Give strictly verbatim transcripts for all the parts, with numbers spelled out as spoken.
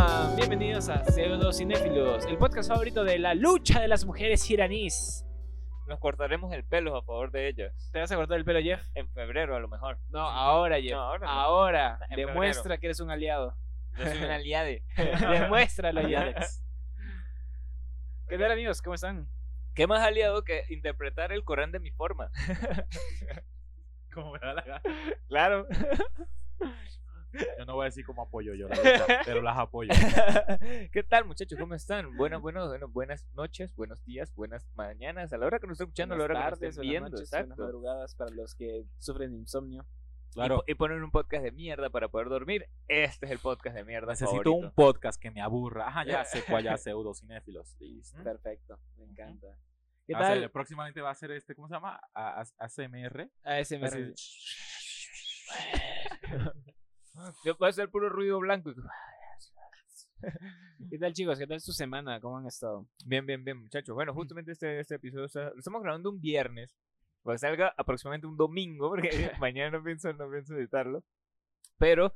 sean bienvenidos a Pseudo Cinéfilos, el podcast favorito de la lucha de las mujeres iraníes. Nos cortaremos el pelo a favor de ellas. ¿Te vas a cortar el pelo, Jeff? En febrero, a lo mejor. No, ahora, Jeff. No, ahora no. Ahora. En Demuestra febrero. que eres un aliado. Yo soy un aliade. Demuéstralo, Alex. ¿Qué tal, amigos? ¿Cómo están? ¿Qué más aliado que interpretar el Corán de mi forma? Como me da la gana. Claro. Yo no voy a decir cómo apoyo yo la lucha, pero las apoyo. ¿Qué tal, muchachos? ¿Cómo están? Buenas, buenas, bueno, buenas noches, buenos días, buenas mañanas. A la hora que nos estén escuchando, a la hora que nos tardes, estén buenas viendo. noches, buenas Exacto. madrugadas para los que sufren de insomnio. Claro, Y, y poner un podcast de mierda para poder dormir. Este es el podcast de mierda. necesito favorito. un podcast que me aburra. Ajá, ya sé cuál, ya pseudo cinéfilos. Listo. Perfecto, me encanta. ¿Qué Va a ser- tal? próximamente va a ser este, ¿cómo se llama? A- A- A C M R. A S M R. Así- Yo puedo hacer puro ruido blanco. ¿Qué tal, chicos? ¿Qué tal su semana? ¿Cómo han estado? Bien, bien, bien, muchachos. Bueno, justamente este, este episodio está- lo estamos grabando un viernes. Porque salga aproximadamente un domingo, porque mañana no pienso, no pienso editarlo. Pero,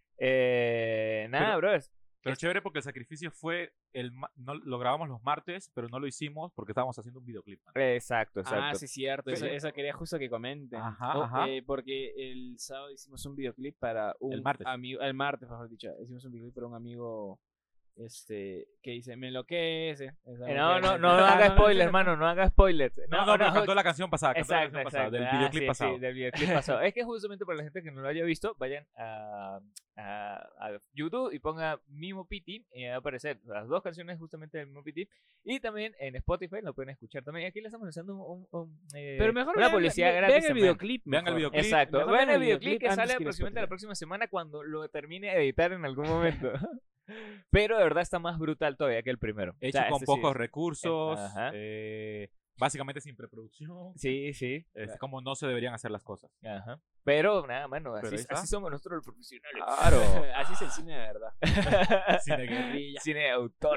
eh, nada, Pero- bro. es- Pero chévere porque el sacrificio fue, el ma- no, lo grabamos los martes, pero no lo hicimos porque estábamos haciendo un videoclip. man. Exacto, exacto. Ah, sí, cierto. Eso, Sí. eso quería justo que comenten. Ajá, Oh, ajá. eh, porque el sábado hicimos un videoclip para un El martes. amigo, el martes, mejor dicho, hicimos un videoclip para un amigo este que dice, me enloquece. Esa Eh, no, mujer no, me- no, Ah, haga no, spoilers, no, hermano, no haga spoilers. No, no, pero cantó la canción pasada, cantó Exacto, la canción pasada, exacto. del Ah, videoclip sí, pasado. sí, del videoclip pasado. Es que justamente para la gente que no lo haya visto, vayan a, a, a YouTube y ponga Mimo Piti y va a aparecer las dos canciones justamente del Mimo Piti. Y también en Spotify lo pueden escuchar también. Aquí le estamos haciendo un, un- un, eh, Pero mejor una vean, publicidad vean gratis. el también. videoclip. Vean el mejor. videoclip. Exacto. Mejor Vean vean el videoclip que antes sale que el aproximadamente la Spotify. próxima semana cuando lo termine de editar en algún momento. Pero de verdad está más brutal todavía que el primero. Hecho O sea, con este sí pocos es- recursos, Ajá. eh, básicamente sin preproducción. Sí, sí. Es como no se deberían hacer las cosas. Ajá. Pero nada, mano, Pero así, ahí está. así somos nosotros los profesionales. Claro. Así es el cine de verdad. Cine guerrilla. Cine de autor.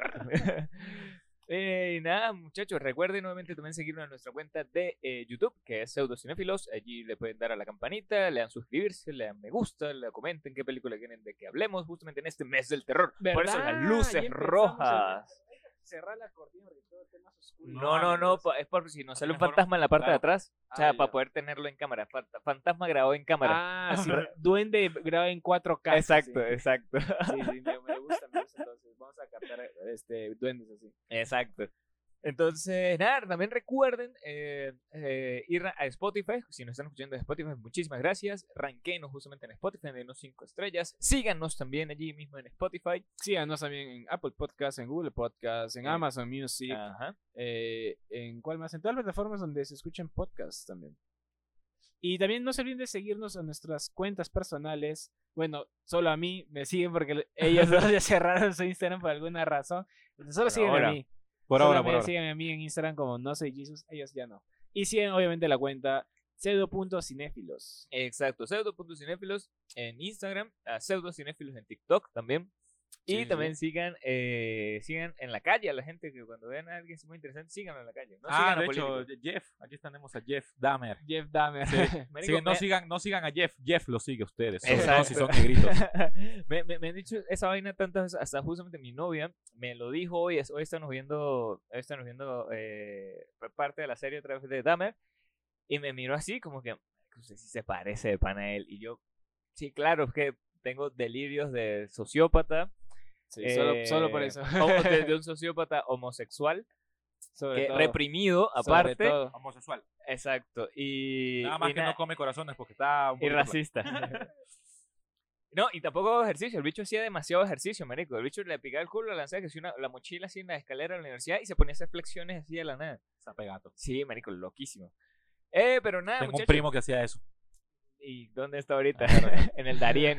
Eh, y nada, muchachos, recuerden nuevamente también seguirnos en nuestra cuenta de eh, YouTube, que es Pseudocinéfilos. Allí le pueden dar a la campanita, le dan suscribirse, le dan me gusta, le comenten qué película quieren de que hablemos justamente en este mes del terror. Por eso las ¿Verdad? luces Ya empezamos rojas. Cerrar la cortina porque todo el tema es oscuro. No, no, no, pa- es por si nos sale un Mejor- fantasma en la parte de claro. atrás. O sea, Ah, para ya. poder tenerlo en cámara. Fant- Fantasma grabado en cámara. Ah, sí, duende grabado en cuatro K. exacto, Sí, exacto. sí, sí, me, me gusta, me gusta. Entonces, vamos a captar este, duendes así. Exacto. Entonces, nada, también recuerden eh, eh, ir a Spotify. Si nos están escuchando de Spotify, muchísimas gracias. Ranquenos justamente en Spotify, denos cinco estrellas. Síganos también allí mismo en Spotify. Síganos también en Apple Podcasts, en Google Podcasts, en Eh, Amazon Music, Ajá. eh, en cuál más, en todas las plataformas donde se escuchan podcasts también. Y también no se olviden de seguirnos en nuestras cuentas personales. Bueno, solo a mí me siguen porque ellos dos ya cerraron su Instagram por alguna razón. Entonces, solo Por siguen ahora. a mí. Por Solo ahora, me por ahora. siguen a mí en Instagram como no soy Jesus, ellos ya no. Y siguen obviamente la cuenta pseudo.cinéfilos. Exacto. Pseudo.cinéfilos en Instagram. A Pseudocinéfilos en TikTok también. Y Sí, también sigan eh, sigan en la calle a la gente que cuando vean a alguien muy interesante, síganlo en la calle. No Ah, sigan a de hecho, políticos. Jeff, aquí tenemos a Jeff Dahmer. Jeff Dahmer. Sí. Marico, Sí, no, me- sigan, no sigan a Jeff, Jeff lo sigue a ustedes, sobre todo Exacto. si son negritos. me, me, me han dicho esa vaina tantas veces, hasta justamente mi novia me lo dijo hoy, es- hoy estamos viendo, hoy estamos viendo eh, parte de la serie otra vez de Dahmer, y me miró así como que, no sé si se parece de pana a él, y yo, sí, claro, es que tengo delirios de sociópata, Sí, solo, eh, solo por eso. o de, de un sociópata homosexual, Sobre que todo. reprimido Sobre aparte, todo. Homosexual. exacto, y, Nada más y que na- no come corazones porque está un y poquito racista. No, y tampoco hago ejercicio. El bicho hacía demasiado ejercicio, marico. El bicho le picaba el culo, le lanzaba que si una, la mochila así en la escalera de la universidad y se ponía a hacer flexiones así de la nada. zapegato. Sí, marico, loquísimo. Eh, pero nada, Tengo un muchachos. primo que hacía eso. ¿Y dónde está ahorita? Ah, En el Darién.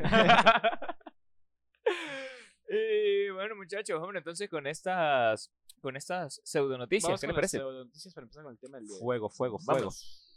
Y bueno, muchachos, hombre, entonces con estas con estas pseudo noticias, Vamos ¿qué con le las parece? pseudonoticias para empezar con el tema del día. Fuego, fuego, fuego. Vamos.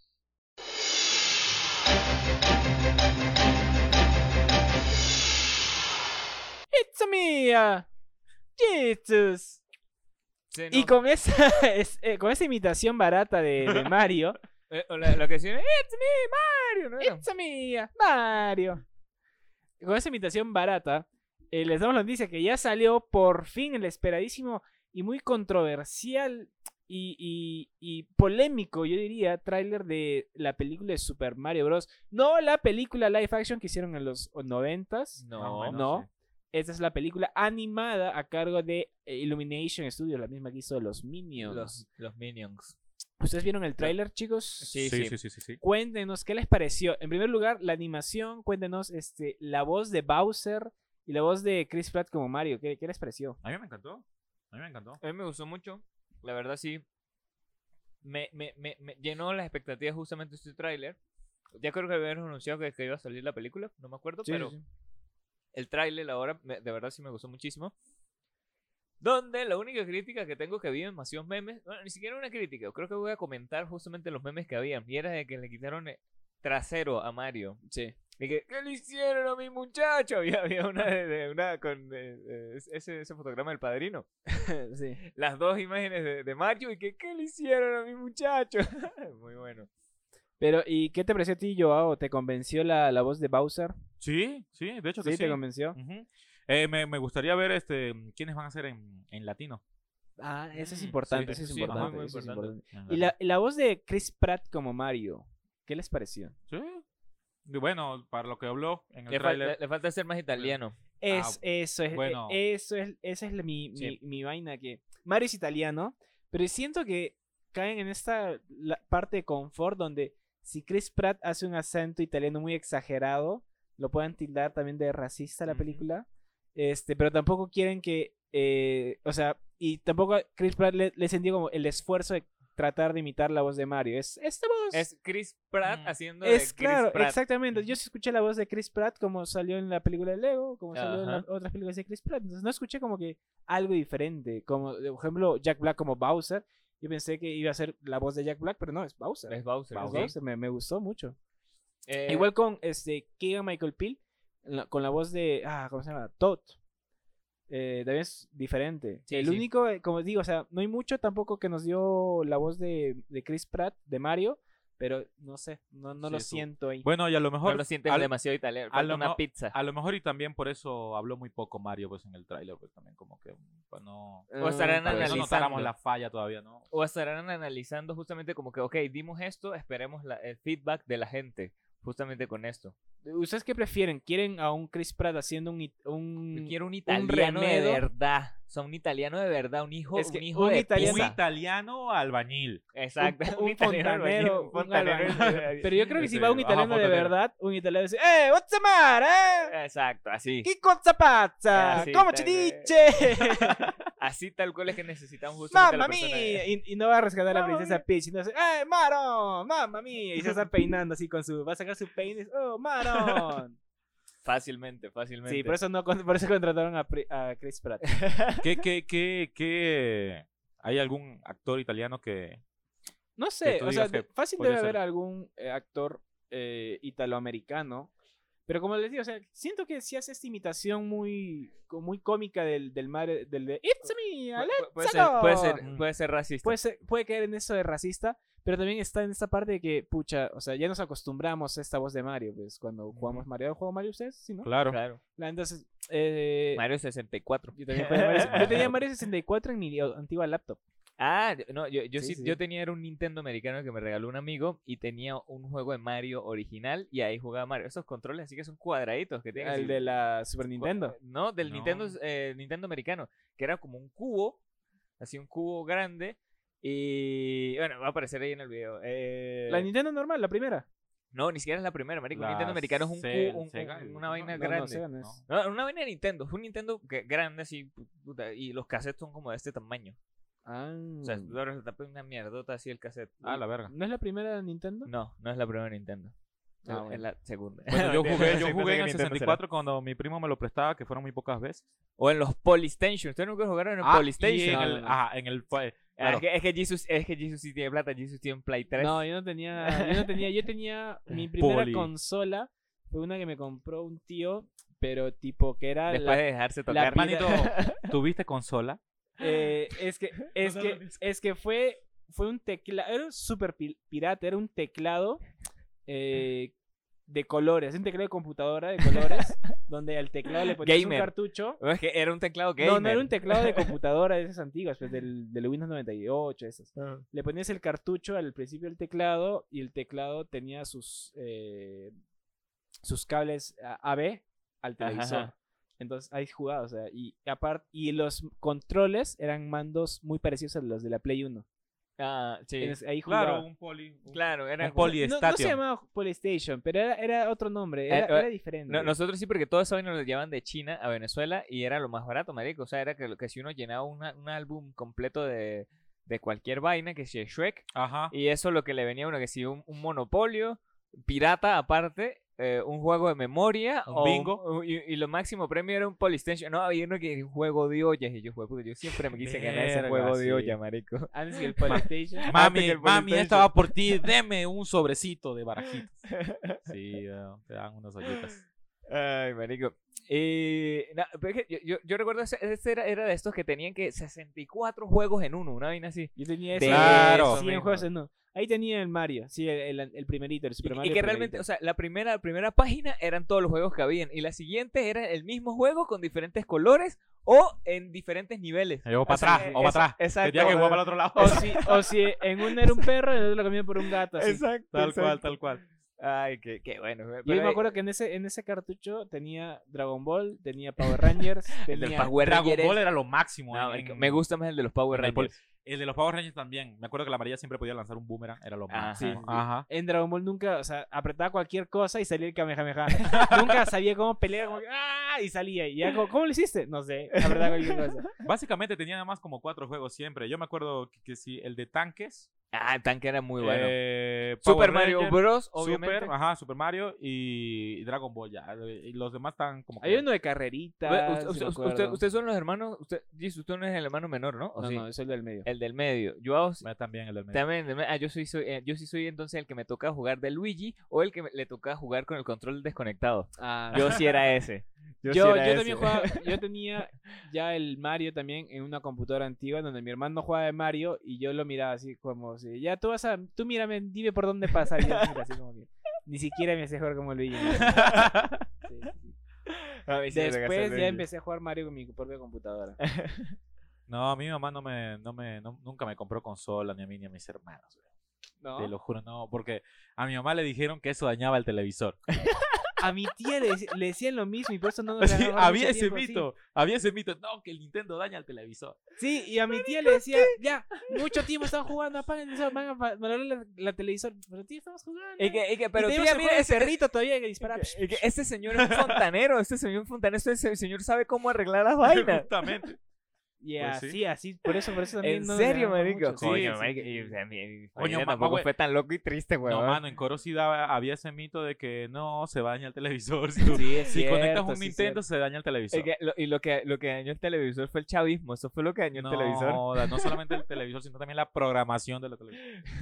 It's a Mia. Jesus. Sí, Y no. con esa, es- eh, con esa imitación barata de, de Mario, Eh, o la- lo que decían, it's me, Mario, ¿no era? It's a Mia, Mario. Con esa imitación barata, eh, les damos la noticia que ya salió por fin el esperadísimo y muy controversial y, y, y polémico, yo diría, tráiler de la película de Super Mario Bros. No la película live action que hicieron en los noventas. No, Más o menos, no. sí. Esta es la película animada a cargo de Illumination Studios, la misma que hizo los Minions. Los, los Minions. ¿Ustedes vieron el tráiler, chicos? Sí, Sí, sí. sí, sí, sí, sí. Cuéntenos qué les pareció. En primer lugar, la animación, cuéntenos este, la voz de Bowser y la voz de Chris Pratt como Mario. ¿Qué, qué les pareció? A mí me encantó. A mí me encantó. A mí me gustó mucho. La verdad, sí. Me, me, me, me llenó las expectativas justamente este tráiler. Ya creo que habían anunciado que, que iba a salir la película. No me acuerdo, Sí, pero sí, sí. el tráiler ahora me- de verdad sí me gustó muchísimo. Donde la única crítica que tengo que vi demasiados memes, bueno, ni siquiera una crítica, creo que voy a comentar justamente los memes que habían. Y era de que le quitaron eh, trasero a Mario. Sí. De que, ¿qué le hicieron a mi muchacho? Había, había una, de, de- una con eh, eh, ese, ese fotograma del padrino. Sí. Las dos imágenes de, de Mario y que, ¿qué le hicieron a mi muchacho? Muy bueno. Pero, ¿y qué te pareció a ti, Joao? ¿Te convenció la, la voz de Bowser? Sí, sí, de hecho que Sí, sí. te convenció. Ujú. Eh, me, me gustaría ver este quiénes van a ser en, en latino. Ah, eso es Mm, importante, sí, eso es sí, importante. muy, muy eso es importante. importante. Y la, y la voz de Chris Pratt como Mario, ¿qué les pareció? Sí. Y bueno, para lo que habló en el Le, fal- tráiler. le- le falta ser más italiano. Es, eso es, bueno. eh, eso es, esa es la- mi, mi, Sí. mi vaina, que Mario es italiano, pero siento que caen en esta la- parte de confort donde si Chris Pratt hace un acento italiano muy exagerado, lo puedan tildar también de racista la Ujú. película, este, pero tampoco quieren que, eh, o sea, y tampoco a Chris Pratt le, le sentí como el esfuerzo de tratar de imitar la voz de Mario, es esta voz. Es Chris Pratt Mm. haciendo de Es Chris claro, Pratt. exactamente. Yo sí escuché la voz de Chris Pratt como salió en la película de Lego, como salió en Ajá. las otras películas de Chris Pratt. Entonces no escuché como que algo diferente. Como, por ejemplo, Jack Black como Bowser. Yo pensé que iba a ser la voz de Jack Black, pero no, es Bowser. Es Bowser. Es sí. Bowser, me, me gustó mucho. Eh, Igual con este Keegan Michael Peele, la- con la voz de, ah, ¿cómo se llama? Todd. Eh, también es diferente. Sí, el sí. único, eh, como digo, o sea, no hay mucho tampoco que nos dio la voz de, de Chris Pratt, de Mario, pero no sé, no, no Sí, lo estuvo- siento ahí. Bueno, y a lo mejor. no lo sientes al- demasiado italiano. a Falta lo una mo- pizza. A lo mejor y también por eso habló muy poco Mario pues en el tráiler, pues también como que pues, no, O estarán para que no analizando. notáramos la falla todavía, ¿no? O estarán analizando justamente como que, ok, dimos esto, esperemos la- el feedback de la gente. Justamente con esto. ¿Ustedes qué prefieren? ¿Quieren a un Chris Pratt haciendo un... it- un Yo quiero un italiano de remedo? verdad. O sea, un italiano de verdad, un hijo, Es que un hijo un de italiano- Un pizza. italiano albañil. Exacto. un, un italiano albañil, fontanero, un un fontanero albañil. albañil. Pero yo creo que si Ese, va un ajá, italiano de fontanero. verdad, un italiano dice, ¡Eh, what's the matter, eh! Exacto, así. ¿Qué cosa pasa? Así ¿Cómo tal te vez. dice? Así tal cual es que necesitamos justamente a ¡Mamma la persona. mía! Y, y no va a rescatar a la Mamma princesa mía. Peach, sino hace, ¡Eh, Maron! ¡Mamma mía! Y se está peinando así con su... Va a sacar su peine. ¡Oh, Maron! Fácilmente, fácilmente. Sí, por eso, no, con- por eso contrataron a, Pri- a Chris Pratt. ¿Qué, qué, qué, qué? ¿Hay algún actor italiano que...? No sé, tú o sea, digas que de- fácil podría debe haber ser. algún eh, actor eh, italoamericano. Pero como les digo, o sea, siento que sí hace esta imitación muy, co- muy cómica del, del Mario, del de It's me, Pu- Alexa. pu- puede, ser, puede, ser, Mm. puede ser racista. Puede, ser- puede caer en eso de racista, pero también está en esta parte de que, pucha, o sea, ya nos acostumbramos a esta voz de Mario, pues, cuando jugamos Mario. ¿Han jugado Mario ustedes? Sí, ¿no? Claro. Claro. La- Entonces, eh, Mario sesenta y cuatro. yo, también jugué Mario- yo tenía Mario sesenta y cuatro en mi antigua laptop. Ah, no, yo, yo Sí, sí, sí. yo tenía era un Nintendo americano que me regaló un amigo y tenía un juego de Mario original y ahí jugaba Mario. Esos controles así que son cuadraditos que tienen. El así- de la Super Nintendo. No, del No. Nintendo, eh, Nintendo americano, que era como un cubo, así un cubo grande y bueno, va a aparecer ahí en el video. Eh, La Nintendo normal, la primera. no, ni siquiera es la primera, marico. Un La Nintendo americano es un Se- cubo, un- Sega, un- ¿no? una vaina No, no, grande. Sega no es. No, una vaina de Nintendo, fue un Nintendo que- grande así, puta, y los cassettes son como de este tamaño. Ah. O sea, ahora se tapa una mierdota así el cassette. Ah, la verga. ¿No es la primera Nintendo? No, no es la primera Nintendo. Ah, Es- bueno. es la segunda. Bueno, yo jugué, yo Sí, jugué pensé en que el Nintendo sesenta y cuatro cuando mi primo me lo prestaba, que fueron muy pocas veces. será. O en los Polystation. ¿Ustedes nunca jugaron en el Ah, y Polystation? en No, el, no, no. ajá, en el fue- Ah, claro. es, que, es, que Jesus, es que Jesus sí tiene plata. Jesus tiene un Play tres. No, yo no tenía, yo no tenía, yo tenía mi primera Poli. consola fue una que me compró un tío, pero tipo que era Después la, de dejarse la tocar. Hermanito, ¿tuviste consola? eh, es que es No, que no, no. es que fue fue un teclado, era súper pi- pirata, era un teclado eh, de colores, un teclado de computadora de colores, donde al teclado le ponías Gamer. un cartucho. Es que era un teclado gamer. No, no era un teclado de computadora de esas antiguas, pues del, del Windows noventa y ocho, esas. Ah. Le ponías el cartucho al principio del teclado y el teclado tenía sus eh, sus cables A B al televisor. Ajá. Entonces ahí jugaba, o sea, y aparte y los controles eran mandos muy parecidos a los de la Play uno. Ah, sí. Entonces, ahí jugaba. Claro, un poli. un- Claro, era un como- poli- no, no se Polystation. llamaba PlayStation, pero era, era otro nombre, era, Eh, eh, era diferente. No, nosotros sí, porque todo eso nos lo llevaban de China a Venezuela y era lo más barato, marico. O sea, era que, que si uno llenaba una- un álbum completo de, de cualquier vaina, que si Shrek, Ajá. y eso lo que le venía a uno, que si un, un Monopolio, pirata aparte, eh, un juego de memoria, Un o bingo. un- y, y lo máximo premio era un Polystation. No, había uno que era un juego de ollas, y yo, "Jue puta, yo siempre me quise ganar ese Verga, juego de sí. olla, marico. Antes que el PlayStation. Antes Mami, que el mami, PlayStation. esta va por ti. Deme un sobrecito de barajitas. Sí, eh, te dan unas ollitas. Ay, marico. Y, no, pero es que yo, yo, yo recuerdo ese, ese era, era de estos que tenían que sesenta y cuatro juegos en uno, una vaina así. Yo tenía De ese. Claro. cien mismo. juegos en uno. Ahí tenía el Mario, sí, el, el, el primerito, el Super Y, Mario. y que realmente, o sea, la primera, la primera página eran todos los juegos que habían. Y la siguiente era el mismo juego con diferentes colores o en diferentes niveles. O para O sea, atrás, o para esa- atrás. exacto. Tenía que jugar para el otro lado. o, si, o si en uno era un perro y en el otro lo cambiaban por un gato. Así. Exacto. Tal cual, exacto. tal cual. Ay, qué, qué bueno. Yo Pero, me eh, acuerdo que en ese, en ese cartucho tenía Dragon Ball, tenía Power Rangers, el del tenía... Power Dragon Rangers. Ball era lo máximo. No, en- marico, en- me gusta más el de los Power en el Rangers. El de los Power Rangers también. Me acuerdo que la María siempre podía lanzar un boomerang. Era lo Ajá. máximo. Sí, sí. Ajá. En Dragon Ball nunca, o sea, apretaba cualquier cosa y salía el Kamehameha. Nunca sabía cómo pelear, como que, ¡ah! Y salía. Y ya, como, ¿cómo lo hiciste? No sé, apretaba cualquier cosa. Básicamente tenía nada más como cuatro juegos siempre. Yo me acuerdo que, que sí, el de tanques. Ah, el tanque era muy bueno. eh, Super Power Mario Rangers, Bros, obviamente. Super, ajá, Super Mario y Dragon Ball ya. Y los demás están como que... Había uno de carreritas. Bueno, sí usted- me usted- acuerdo. Ustedes son los hermanos. Usted, Jesus, usted no es el hermano menor, ¿no? ¿O No, sí? no, eso es el del medio. El del medio. Yo hago- Me- También el del medio. también. del me- Ah, yo soy, soy, eh, yo sí soy entonces el que me toca jugar de Luigi o el que me- le toca jugar con el control desconectado. Ah, Yo sí era ese. Yo, Yo, sí era yo ese. también jugaba, yo tenía ya el Mario también en una computadora antigua donde mi hermano jugaba de Mario y yo lo miraba así como si, ya tú vas a, tú mírame, dime por dónde pasa. Y yo mira, así como que, ni siquiera me hacía jugar como Luigi. ¿no? Sí, sí. A mí sí me toca Después hacer ya Luigi. empecé a jugar Mario con mi propia computadora. No, a mi mamá no me, no me, no- nunca me compró consola, ni a mí ni a mis hermanos. güey. ¿No? Te lo juro, no, porque a mi mamá le dijeron que eso dañaba el televisor. A mi tía le, dec- le decían lo mismo y por eso no nos Sí, dejaban jugar había mucho ese tiempo así. mito, había ese mito, no, que el Nintendo daña el televisor. Sí, y a mi tía le decía, ya, mucho tiempo están jugando, apaguen eso, van a pa- valorar la, la televisor. Pero tía, estamos jugando. Y que, y que, pero y tía, tía, mira ese perrito todavía que dispara. Y que, y que este señor es un fontanero, este señor es un fontanero, este señor sabe cómo arreglar las vainas. Justamente. Y Pues así, sí. así, por eso, por eso también ¿En no serio, dejaban marico? mucho. Sí, Coño, sí, marico, sí. y, o sea, mi- mi Coño, familia ma- tampoco ma- fue tan loco y triste, No, weón. mano, en Coro sí daba- había ese mito de que no, se daña el televisor. Si, tú- Sí, es si conectas cierto, un sí, es Nintendo, cierto. se daña el televisor. Y, que, lo, y lo, que, lo que dañó el televisor fue el chavismo, eso fue lo que dañó no, el televisor. joda, no solamente el televisor, sino también la programación de la televisión.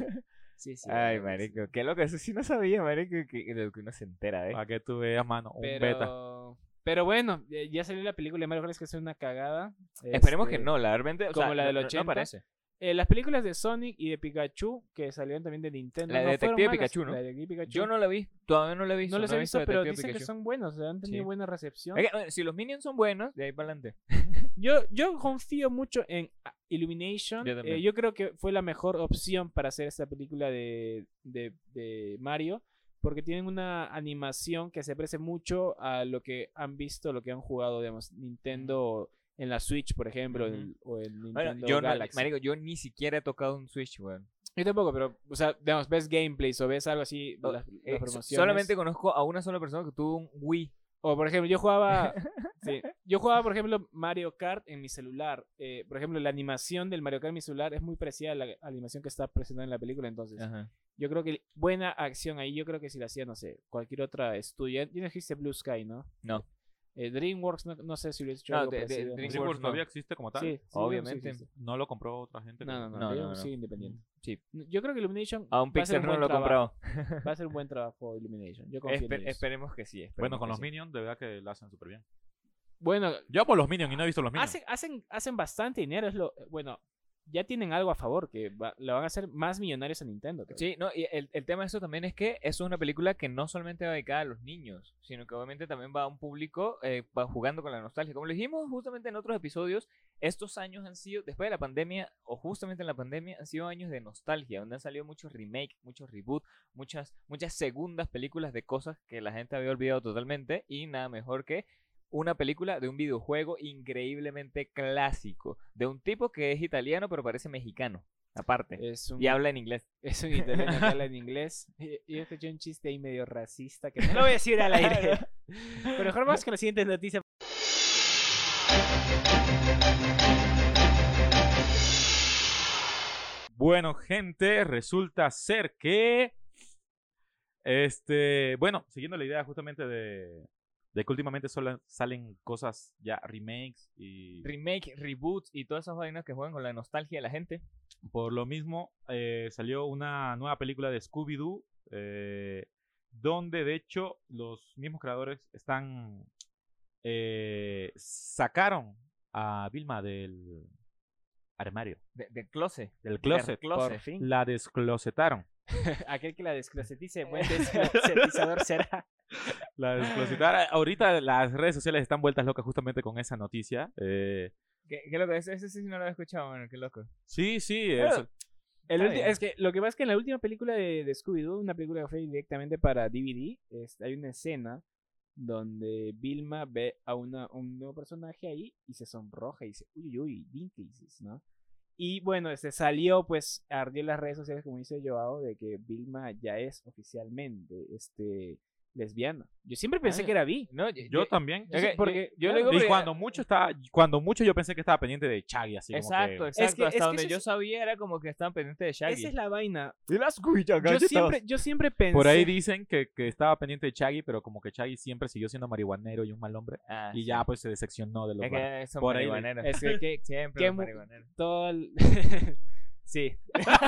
Sí, sí, Ay, sí. marico, qué loco, eso sí no sabía, marico, que, que, de lo que uno se entera, ¿eh? Para que tú veas, mano, un beta. Pero, pero bueno, eh, ya salió la película de Mario Kart, que es una cagada. Esperemos Este, que no, la verdad, o como sea, la no- del no- no ochenta. aparece. Eh, las películas de Sonic y de Pikachu, que salieron también de Nintendo. La de no fueron Detective malas. Pikachu, ¿no? La de Detective Pikachu. Yo no la vi, todavía no la he visto. no los he visto, visto pero Detective dicen que Pikachu. son buenos, o sea, han tenido Sí. buena recepción. Es que, bueno, si los minions son buenos, de ahí para adelante. Yo, yo confío mucho en ah, Illumination. Yo Yo, también. yo creo que fue la mejor opción para hacer esta película de, de, de Mario. Porque tienen una animación que se parece mucho a lo que han visto, lo que han jugado, digamos, Nintendo en la Switch, por ejemplo, Ujú. el- o el Nintendo Bueno, yo no, Galaxy. marico, yo ni siquiera he tocado un Switch, weón. Yo tampoco, pero, o sea, digamos, ves gameplays o ves algo así, O- las, las Eh, so- promociones. solamente conozco a una sola persona que tuvo un Wii. O por ejemplo, yo jugaba, sí, yo jugaba por ejemplo Mario Kart en mi celular. Eh, por ejemplo, la animación del Mario Kart en mi celular es muy parecida a la animación que está presentada en la película. Entonces, Ajá. yo creo que buena acción ahí. Yo creo que si la hacía, no sé, cualquier otra estudio. Ya no existe Blue Sky, ¿no? No. Eh, DreamWorks, no, no sé si hubiera hecho No, algo de- de- parecido. DreamWorks DreamWorks no. todavía existe como tal. Sí, sí, Obviamente. sí existe. No lo compró otra gente. No, no, no, No, no, DreamWorks no. sigue independiente. Sí. Yo creo que Illumination A un va a ser Pixar no buen lo he trabajo. comprado. Va a ser un buen trabajo Illumination. Yo confío en Espe- ellos. esperemos que sí. Bueno, esperemos con que los sí. Minions, de verdad que lo hacen súper bien. Bueno, Yo amo los Minions y no he visto los Minions. hacen, hacen, hacen bastante dinero. Es lo, bueno, ya tienen algo a favor, que va, la van a hacer más millonarios a Nintendo. Creo. Sí, no, y el, el tema de eso también es que eso es una película que no solamente va dedicada a los niños, sino que obviamente también va a un público eh, va jugando con la nostalgia. Como lo dijimos justamente en otros episodios, estos años han sido, después de la pandemia, o justamente en la pandemia, han sido años de nostalgia, donde han salido muchos remakes, muchos reboots, muchas, muchas segundas películas de cosas que la gente había olvidado totalmente, y nada mejor que una película de un videojuego increíblemente clásico, de un tipo que es italiano pero parece mejor aparte, Es un, y habla en inglés. es un italiano que habla en inglés. Y- Yo escuché un chiste ahí medio racista que no lo voy a decir al aire. Pero mejor vamos con la siguiente noticia. Bueno, gente, resulta ser que, este, bueno, siguiendo la idea justamente de, de que últimamente solo salen cosas ya remakes y Remake, reboots y todas esas vainas que juegan con la nostalgia de la gente. por lo mismo eh, salió una nueva película de Scooby-Doo, eh, donde de hecho los mismos creadores están eh, sacaron a Vilma del armario, De, de closet. del closet, Del closet. Por fin. la desclosetaron. Aquel que la desclosetice, buen desclosetizador será. La desclosetaron. Ahorita las redes sociales están vueltas locas justamente con esa noticia. Eh, ¿Qué, qué loco? Ese, ese sí no lo había escuchado, mano, qué loco. sí, sí. Pero- eso- El Está ulti- bien. es que lo que pasa es que en la última película de, de Scooby-Doo, una película que fue directamente para D V D, es- hay una escena donde Vilma ve a una, un nuevo personaje ahí y se sonroja y dice, uy, uy, Dinkies, ¿no? Y bueno, este salió, pues, ardió en las redes sociales, como dice Joao, de que Vilma ya es oficialmente este, lesbiana. Yo siempre pensé Ah, que era bi. No, yo también. yo- yo- porque- yo claro. le digo Y porque- cuando mucho estaba, cuando mucho yo pensé que estaba pendiente de Chaggy, así como Exacto, que- exacto. Es que- Hasta es que donde eso yo es- sabía era como que estaban pendientes de Shaggy. Esa es la vaina. Y las cuchas, Yo siempre, yo siempre pensé... Por ahí dicen que, que estaba pendiente de Chaggy, pero como que Chaggy siempre siguió siendo marihuanero y un mal hombre. Ah, Y sí. ya pues se decepcionó de los Es bar- que son por ahí- marihuaneros. es que- que- Siempre que los mu- marihuaneros. todo el... sí.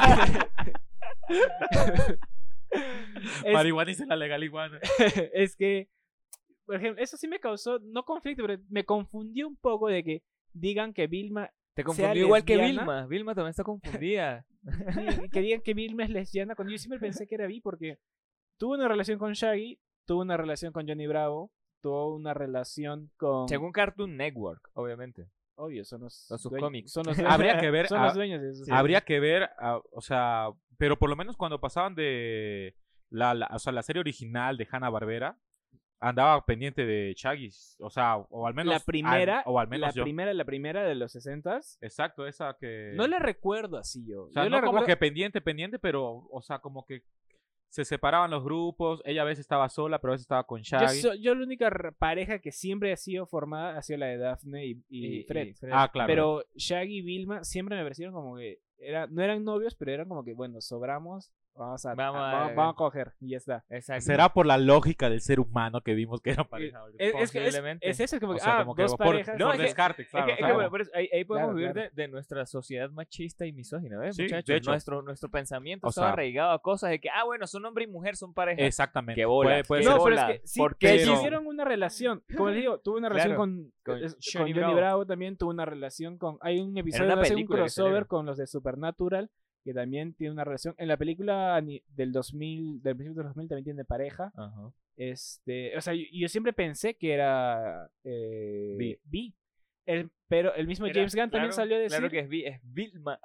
es, Marihuana y se la legal iguana. es que, por ejemplo, eso sí me causó, no conflicto, pero me confundió un poco de que digan que Vilma, Te sea confundió igual que lesbiana. Vilma. Vilma también está confundida. sí, que digan que Vilma es lesbiana, cuando yo siempre pensé que era bi, porque tuvo una relación con Shaggy, tuvo una relación con Johnny Bravo, tuvo una relación con... Según Cartoon Network, obviamente. Obvio, son los, Son sus dueños- cómics. Son los Habría que ver Son a- los dueños de eso. Habría que ver, ah, o sea, pero por lo menos cuando pasaban de la, la- o sea, la serie original de Hanna-Barbera, andaba pendiente de Shaggy, o sea, o al menos la primera, al- o al menos la yo. primera, la primera de los sesentas. Exacto, esa que No la recuerdo así yo. o sea, Yo no la como recuerdo- que pendiente, pendiente, pero o sea, como que se separaban los grupos, ella a veces estaba sola, pero a veces estaba con Yo, Shaggy. so- yo la única r- pareja que siempre ha sido formada ha sido la de Daphne y, y Y- Fred. y Fred. Ah, claro. Pero Shaggy y Vilma siempre me parecieron como que era, no eran novios, pero eran como que, bueno, sobramos, vamos a, Vamos a- a- vamos, vamos a coger y ya está. Exacto. Será por la lógica del ser humano que vimos que eran pareja. Es, es que es, Posiblemente. es eso, es como O que, sea, ah, como que dos por, parejas. No, por es que- descarte, Es claro. que, es que, claro. bueno, por eso, ahí, ahí podemos Claro, vivir claro. De, de nuestra sociedad machista y misógina, ¿ves, Sí, muchachos? de hecho. Nuestro, nuestro pensamiento O estaba sea- arraigado a cosas de que, ah, bueno, son hombre y mujer, son pareja. Exactamente. Qué bola, Puede- puede qué ser. No, pero es bola. que sí, ¿Por que qué sí no? hicieron una relación. Como les digo, tuvo una relación Claro, con, con eh, con Johnny Johnny, Bravo. Bravo. También tuvo una relación con... Hay un episodio una donde hace un película que crossover salieron. con los de Supernatural, que también tiene una relación. En la película ani- del dos mil, del principio del dos mil también tiene pareja. Ajá. Este, o sea, yo, yo siempre pensé que era eh, Bi. bi. El- pero el mismo Era- James Gunn también claro, salió a decir... Claro que es, Vi- es Vilma.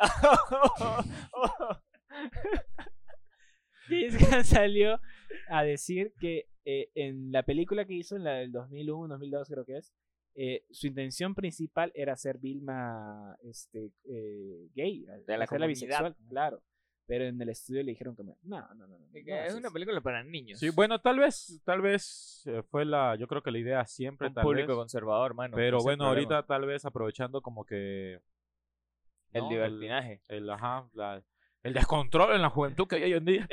James Gunn salió a decir que eh, en la película que hizo, en la del dos mil uno, dos mil dos creo que es, eh, su intención principal era hacer Vilma este, eh, gay, De la hacerla comunidad. bisexual, claro. Pero en el estudio le dijeron que no, no, no, no. no, Es no que es haces una eso". película para niños. Sí, bueno, tal vez, tal vez eh, fue la, yo creo que la idea siempre, un tal público vez, conservador, mano. pero ese es el bueno, problema. ahorita tal vez aprovechando como que El ¿no? libertinaje. el, ajá, la- el descontrol en la juventud que hay hoy en día.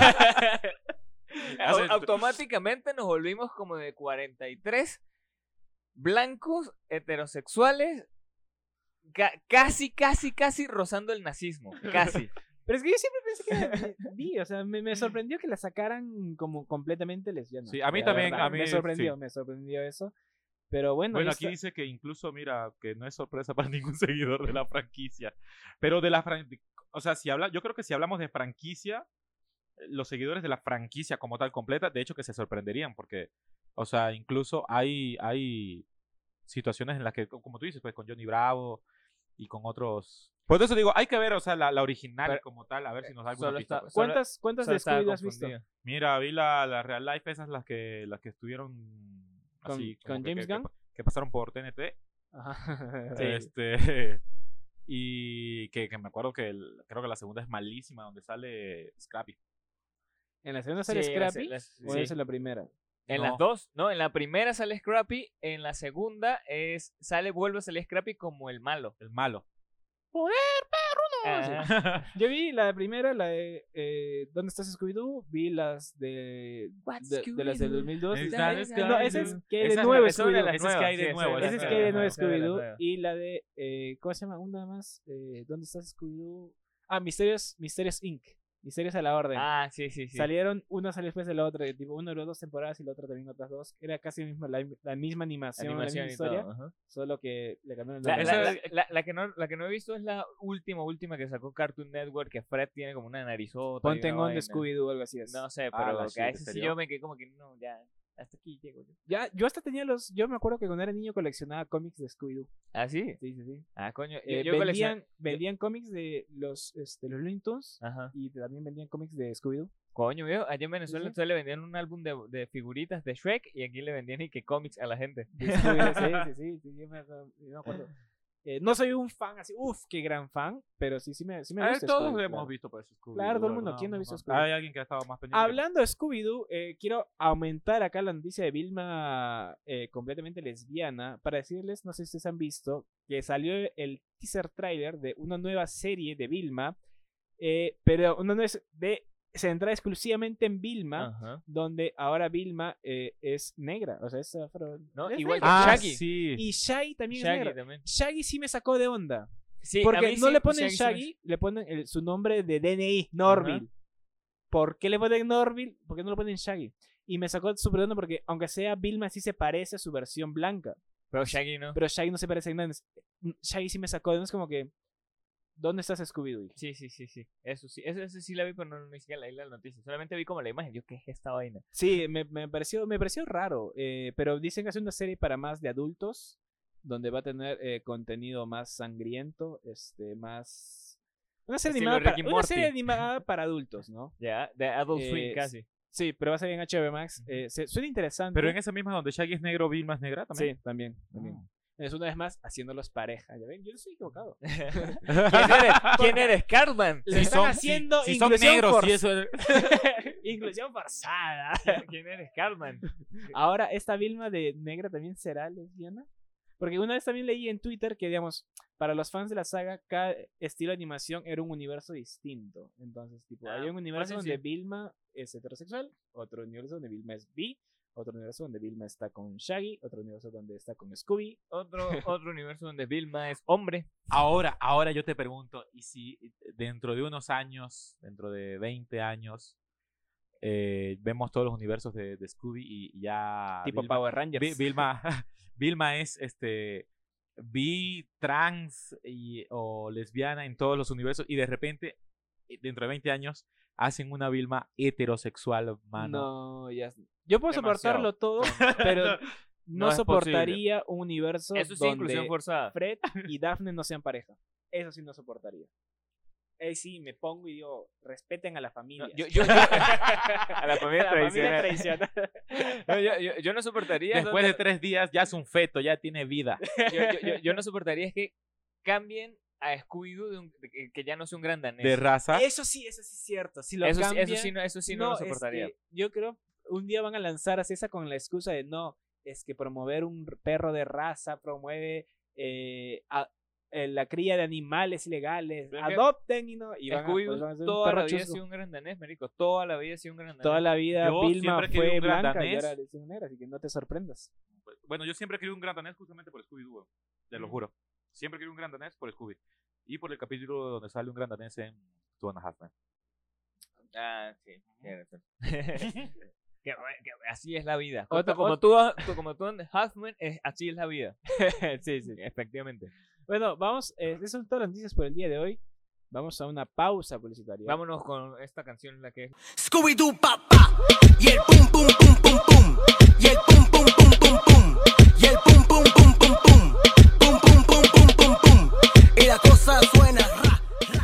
Au- Automáticamente nos volvimos como de cuarenta y tres blancos heterosexuales, ca- casi, casi, casi rozando el nazismo. Casi. Pero es que yo siempre pensé que era bi, o sea, me, me sorprendió que la sacaran como completamente lesbiana. Sí, a mí la también, verdad. a mí, Me sorprendió, sí. me sorprendió eso. Pero bueno, Bueno, ahí aquí está. dice que incluso, mira, que no es sorpresa para ningún seguidor de la franquicia. Pero de la franquicia, o sea, si habla, yo creo que si hablamos de franquicia, los seguidores de la franquicia como tal completa, de hecho que se sorprenderían porque, o sea, incluso hay, hay situaciones en las que, como tú dices, pues con Johnny Bravo y con otros... Por eso digo, hay que ver, o sea, la, la original Pero- como tal, a ver si nos da alguna Solo pista. está- pues. solo- ¿Cuántas, cuántas Solo de estaba Scooby-Doo has visto? confundido. Mira, vi la, la Real Life, esas las que, las que estuvieron ¿Con- así, como con que- James que, Gunn? que, que pasaron por T N T. Ajá. Este, y que, que me acuerdo que el- creo que la segunda es malísima, donde sale Scrappy. ¿En la segunda sale Sí, la se- Scrappy? la- ¿O sí. es en la primera? En No. las dos, no, en la primera sale Scrappy, en la segunda es sale vuelve a salir Scrappy como el malo. El malo. Ajá. Yo vi la primera, la de eh, ¿Dónde estás Scooby-Doo? Vi las de, What's de, de las del dos mil dos. Is Ah, that eh, no, esa es Scooby-Doo? que hay de Esa es nuevo la- esa es una de Scooby-Doo. las Esa es que hay de nuevas, sí, nuevo, esa Esa esa es es que hay de la- nuevo esa es la Scooby-Doo. nueva. Y la de, eh, ¿cómo se llama? Una más. Eh, ¿Dónde estás Scooby-Doo? Ah, Misterios, Misterios incorporated. Misterios a la orden. Ah, sí, sí, sí. Salieron, una salió después de la otra, tipo, uno duró dos temporadas y la otra también otras dos. Era casi misma, la, la misma animación, Animación la y misma historia, todo, ajá. solo que le cambiaron el La, nombre. la- Esa la- la- la que no, la que no he visto es la última, última que sacó Cartoon Network, que Fred tiene como una narizota. y Ponte una en on de vaina. Scooby-Doo o algo así es. No sé, Ah, pero la que shit, a ¿en ese sí serio? yo me quedé como que no, ya, hasta aquí llego yo. Ya, yo hasta tenía los, yo me acuerdo que cuando era niño coleccionaba cómics de Scooby-Doo. ¿Ah, sí? Sí, sí, sí. Ah, coño. Eh, yo, yo vendían coleccion- vendían cómics de los, este, los Looney Tunes Ajá. y también vendían cómics de Scooby-Doo. Coño, viejo, allá en Venezuela sí. entonces le vendían un álbum de, de figuritas de Shrek y aquí le vendían y que cómics a la gente. De Scooby-Doo, sí, sí, sí, sí, yo me, acuerdo- yo me acuerdo. Eh, no soy un fan así, uff, qué gran fan, pero sí, sí me, sí me A ver, gusta todos Scooby-Doo, hemos claro. visto pues Scooby-Doo. Claro, todo el mundo, ¿no? ¿quién no ha visto Ajá. Scooby-Doo? Hay alguien que ha estado más pendiente. que- Hablando de Scooby-Doo, eh, quiero aumentar acá la noticia de Vilma eh, completamente lesbiana para decirles, no sé si ustedes han visto, que salió el teaser trailer de una nueva serie de Vilma, eh, pero una nueva es de centrada exclusivamente en Vilma, Ajá. donde ahora Vilma eh, es negra, o sea, es afro. No, es igual que negra. Ah, Shaggy. sí. Y Shaggy también es Shaggy negra. también. Shaggy sí me sacó de onda. Sí, a Porque mí no sí, le ponen sí me- Shaggy, le ponen el- su nombre de D N I, Norville. ¿Por qué le ponen Norville? ¿Por qué no le ponen Shaggy? Y me sacó súper de onda porque, aunque sea Vilma, sí se parece a su versión blanca. Pero Shaggy no. Pero Shaggy no se parece en nada. Shaggy sí me sacó de onda. Es como que, ¿dónde estás Scooby-Doo? Sí, sí, sí, sí. Eso sí, eso, eso sí la vi, pero no, ni siquiera leí la noticia. Solamente vi como la imagen. Yo, ¿qué es esta vaina? Sí, me, me pareció, me pareció raro. eh, pero dicen que es una serie para más de adultos. Donde va a tener eh, contenido más sangriento. Este, más. Una serie, Estilo animada para, Rick y una serie Morty. animada para adultos, ¿no? Ya, de Adult Eh, Swim casi. Sí, pero va a salir en H B O Max. eh, se- suena interesante. Pero en esa misma donde Shaggy es negro, Vilma es negra también. Sí, también. también. Ah. Es una vez más haciéndolos pareja. ¿Ya ven? Yo no estoy equivocado. ¿Quién eres? ¿Quién eres, Cartman? Le están haciendo si, si son inclusión negros, for- sí, eso es- Inclusión forzada. ¿Quién eres, Cartman? Ahora, ¿esta Vilma de negra también será lesbiana? Porque una vez también leí en Twitter que, digamos, para los fans de la saga, cada estilo de animación era un universo distinto. Entonces, tipo, Ah, hay un universo fácil, donde sí. Vilma es heterosexual, otro universo donde Vilma es bi, otro universo donde Vilma está con Shaggy, otro universo donde está con Scooby. Otro, otro universo donde Vilma es hombre. Ahora, ahora yo te pregunto, ¿y si dentro de unos años, dentro de veinte años, eh, vemos todos los universos de, de Scooby y, y ya tipo Vilma, Power Rangers. Vi- Vilma, Vilma es este bi, trans y, o lesbiana en todos los universos y de repente, eh, dentro de veinte años, hacen una Vilma heterosexual, mano? No, ya. Yo puedo Demasiado. soportarlo todo, pero no, No es soportaría un universo Eso sí, donde inclusión forzada. Fred y Daphne no sean pareja. Eso sí no soportaría. Ahí sí me pongo y digo, respeten a la familia. No, yo, yo, yo- a la familia a la familia tradicional. tradicional. No, yo, yo, yo no soportaría. Después de donde- tres días ya es un feto, ya tiene vida. yo, yo, yo, yo no soportaría es que cambien a Scooby-Doo de un- de que, que ya no sea un gran danés. De raza. Eso sí, eso sí es cierto. Si lo eso, sí- cambian, eso sí no, eso sí no, lo soportaría. es que yo creo un día van a lanzar así esa con la excusa de no, es que promover un perro de raza promueve eh, a- eh, la cría de animales ilegales. Pero es que Adopten y no. Y van a, pues, Scooby-Doo van a hacer un toda perro la vida ha chusco. sido un gran danés, marico. Toda la vida ha sido un gran danés. Toda la vida Yo Vilma siempre he querido fue un gran blanca y danés. ahora es negra, así que no te sorprendas. Bueno, yo siempre he querido un gran danés justamente por Scooby-Doo, te lo Mm. juro. Siempre he querido un gran danés por Scooby. Y por el capítulo donde sale un gran danés en Two and a Half Men. Ah, sí. tienes razón. Que, que así es la vida. Otra- como, ot- tú, tú- como tú, Huffman, es, así es la vida. Sí, sí. Efectivamente. Bueno, vamos, eh, esas son todas las noticias por el día de hoy. Vamos a una pausa publicitaria. Vámonos con esta canción, la que Scooby-Doo papá y el pum pum pum pum pum y el pum pum pum pum pum y el pum pum pum pum pum pum pum pum pum pum pum y la cosa suena ra.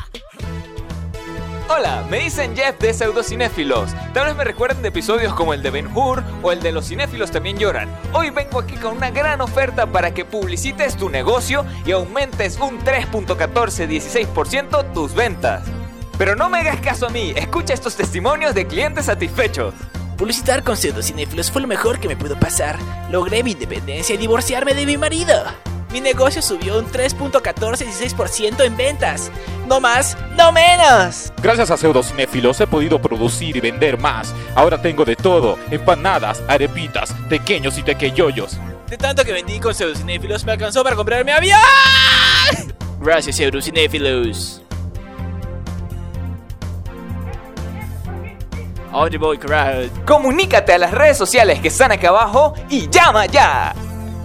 Hola, me dicen Jeff de Pseudocinéfilos. Tal vez me recuerden de episodios como el de Ben Hur o el de Los cinéfilos también lloran. Hoy vengo aquí con una gran oferta para que publicites tu negocio y aumentes un tres punto catorce dieciséis por ciento tus ventas. Pero no me hagas caso a mí, escucha estos testimonios de clientes satisfechos. Publicitar con Pseudocinéfilos fue lo mejor que me pudo pasar. Logré mi independencia y divorciarme de mi marido. Mi negocio subió un tres punto catorce dieciséis por ciento en ventas. No más, no menos. Gracias a Pseudocinéfilos he podido producir y vender más. Ahora tengo de todo: empanadas, arepitas, pequeños y tequeyoyos. De tanto que vendí con Pseudocinéfilos me alcanzó para comprarme avión. Gracias, Pseudocinéfilos. On the boy crowd. Comunícate a las redes sociales que están acá abajo y llama ya.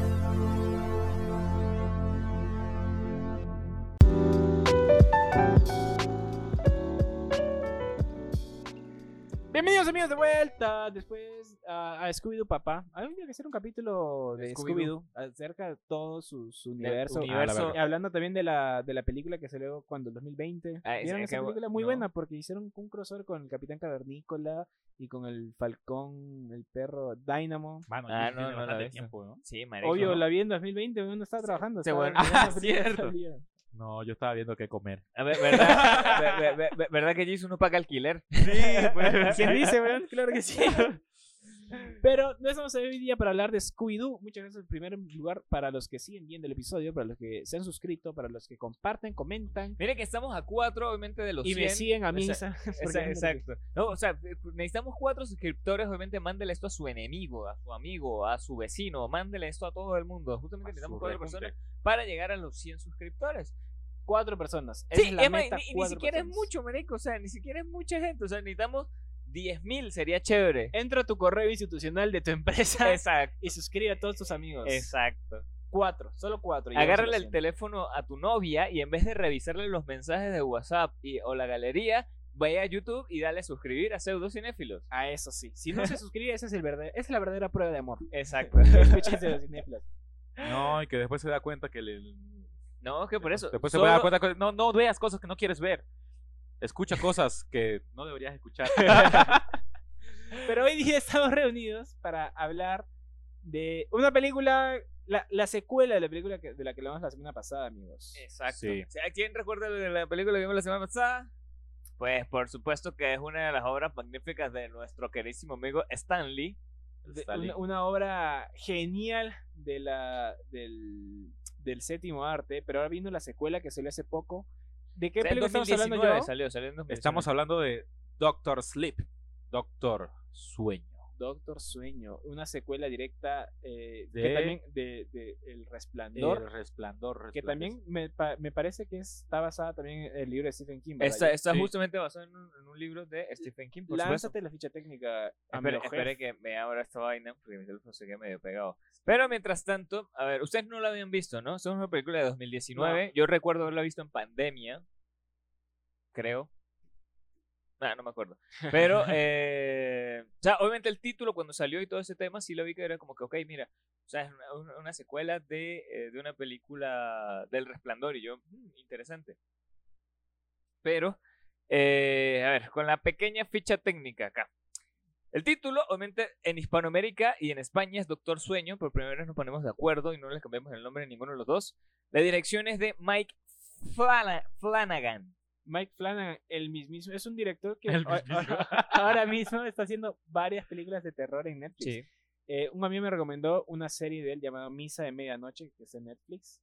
Bienvenidos amigos de vuelta después a, a Scooby-Doo Papá. Habría que hacer un capítulo de Scooby-Doo. Scooby-Doo acerca de todo su, su universo. universo. Ah, la- hablando también de la, de la película que salió cuando el dos mil veinte. Ah, ¿Vieron sí, esa qué bu- película? Muy no. buena porque hicieron un crossover con el Capitán Cavernícola y con el Falcón, el perro Dynamo. Mano, Ah, ya no, tiene no la bastante he visto. tiempo, ¿no? Sí, marico. Obvio, ¿no? la vi en dos mil veinte, uno estaba trabajando. se estaba bueno. viendo Ah, esa película que cierto. salía. No, yo estaba viendo qué comer. A ver, ¿verdad, Ver- ver- ver- ¿verdad que Jason no paga alquiler? Sí, pues. ¿Quién dice, weón? Claro que sí. Pero no estamos hoy día para hablar de Scooby-Doo. Muchas gracias en primer lugar para los que siguen viendo el episodio, para los que se han suscrito, para los que comparten, comentan Mire que estamos a cuatro, obviamente, de los y cien. me siguen a mí. Esa- Esa- Exacto. No, o sea, necesitamos cuatro suscriptores. Obviamente, mándele esto a su enemigo, a su amigo, a su vecino. Mándele esto a todo el mundo. Justamente A necesitamos su cuatro rejunte. personas para llegar a los cien suscriptores. Cuatro personas. Esa Sí, es la es más, meta, ni, ni cuatro siquiera personas. es mucho, marico. O sea, ni siquiera es mucha gente. O sea, necesitamos diez mil. Sería chévere. Entra a tu correo institucional de tu empresa Exacto. y suscribe a todos tus amigos. Exacto. Cuatro, solo cuatro. y llegamos a Agárrale los el cien. teléfono a tu novia y en vez de revisarle los mensajes de WhatsApp y, o la galería, vaya a YouTube y dale a suscribir a Pseudocinéfilos. A eso sí. Si no se suscribe, esa es, el verdad- esa es la verdadera prueba de amor. Exacto. Escuchen Pseudocinéfilos. No, y que después se da cuenta que le... No, que por eso. Después se puede dar solo- cuenta que no, no veas cosas que no quieres ver. Escucha cosas que no deberías escuchar. Pero hoy día estamos reunidos para hablar de una película, la, la secuela de la película que- de la que hablamos la semana pasada, amigos. Exacto. Sí. O sea, ¿quién recuerda de la película que vimos la semana pasada? Pues por supuesto que es una de las obras magníficas de nuestro queridísimo amigo Stan Lee. De- Stalin. una, una obra genial de la, del, del séptimo arte, pero ahora vino la secuela que salió hace poco. ¿De qué O sea, en película estamos hablando, dos mil diecinueve yo? salió, salió en dos mil diecinueve. Estamos hablando de Doctor Sleep. Doctor Sueño. Doctor Sueño, una secuela directa eh, que De- también de, de El Resplandor, El resplandor. que también me, pa- me parece que está basada también en el libro de Stephen King. ¿verdad? Está, está Sí. justamente basado en un, en un libro de Stephen King, por supuesto. Lánzate la ficha técnica. Espere, amigo espere jefe. que me abra esta vaina porque mi teléfono se queda medio pegado. Pero mientras tanto, a ver, ustedes no la habían visto, ¿no? Es una película de dos mil diecinueve. Yo recuerdo haberla visto en pandemia. Creo. Ah, no me acuerdo. Pero, eh, o sea, obviamente el título cuando salió y todo ese tema, sí lo vi que era como que, ok, mira, o sea, es una, una- una secuela de, eh, de una película del Resplandor. Y yo, "Mm, interesante. Pero, eh, a ver, con la pequeña ficha técnica acá. El título, obviamente, en Hispanoamérica y en España es Doctor Sueño. Por primera vez nos ponemos de acuerdo y no le cambiamos el nombre a ninguno de los dos. La dirección es de Mike Flana- Flanagan. Mike Flanagan, el mismísimo, es un director que El a- mismísimo. a- ahora mismo está haciendo varias películas de terror en Netflix. Eh, un amigo me recomendó una serie de él llamada Misa de Medianoche, que es en Netflix.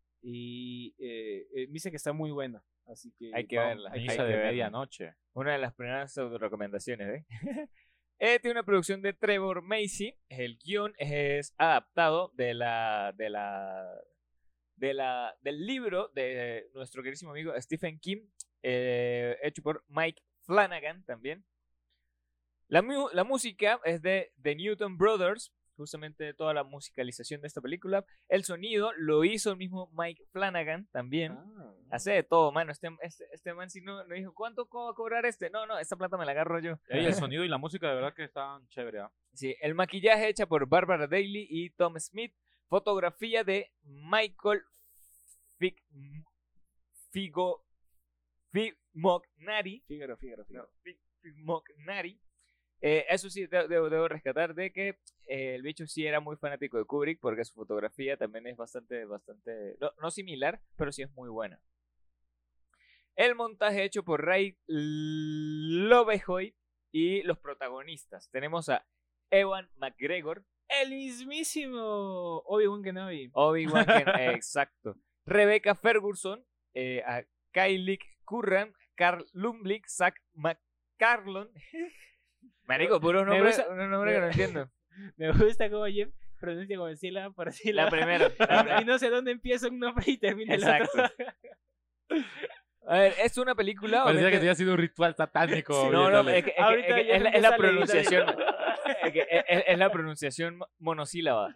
Y eh, eh, me dice que está muy buena. Así que Hay que vamos, verla. hay que Misa hay de que verla. medianoche. Una de las primeras recomendaciones, ¿eh? Eh, tiene una producción de Trevor Macy. El guión es adaptado de la, de la, de la, del libro de nuestro queridísimo amigo Stephen King, eh, hecho por Mike Flanagan también. La, mu- la música es de The Newton Brothers, justamente toda la musicalización de esta película. El sonido lo hizo el mismo Mike Flanagan también. Ah. Hace de todo, mano. Este, este, este man si no, no dijo, ¿cuánto co- va a cobrar este? No, no, esta plata me la agarro yo. Y el sonido y la música de verdad que están chévere. ¿ah? Sí, el maquillaje hecha por Barbara Daly y Tom Smith. Fotografía de Michael Fig, Figo, Fimognari. Fígaro, Fígaro, Fígaro. No, Fig- Fimognari. Eh, eso sí, de- debo, debo rescatar de que eh, el bicho sí era muy fanático de Kubrick porque su fotografía también es bastante, bastante, no, no similar, pero sí es muy buena. El montaje hecho por Ray Lovejoy y los protagonistas. Tenemos a Ewan McGregor, El mismísimo Obi-Wan Kenobi. Obi-Wan Kenobi, exacto. Rebecca Ferguson, eh, a Kylie Curran, Carl Lumblich, Zach McCarlon. Marico, puro Me nombre, gusta- un nombre que no entiendo. Me gusta como Jeff pronuncia como sílaba por sílaba. La primera. la primera. Y no sé dónde empieza un nombre y termina el Exacto. otro. A ver, es una película. Parecía que obviamente- había sido un ritual satánico. No, no, viéndole. es, que- es que- Ahorita es que ya es la, es empieza la a leer, pronunciación. dale. Es, que es, es- es la pronunciación mo- monosílaba.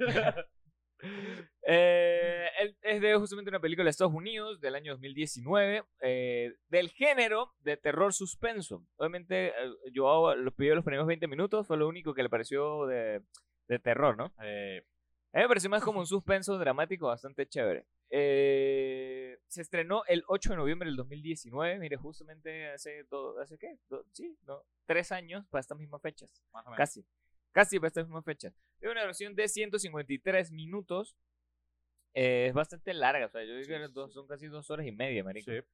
Eh, el- es de justamente una película de Estados Unidos del año dos mil diecinueve, eh, del género de terror suspenso. Obviamente, eh, yo los pidió los primeros veinte minutos, fue lo único que le pareció de, de terror, ¿no? Eh, A mí me pareció más como un suspenso dramático bastante chévere. Eh, se estrenó el ocho de noviembre del dos mil diecinueve, mire, justamente hace, do- ¿hace qué? Do- sí, no, tres años para estas mismas fechas. más o menos. Casi. Casi para estas mismas fechas. Es una versión de ciento cincuenta y tres minutos. Eh, es bastante larga. O sea, yo digo que eran dos- son casi dos horas y media, marico. Sí.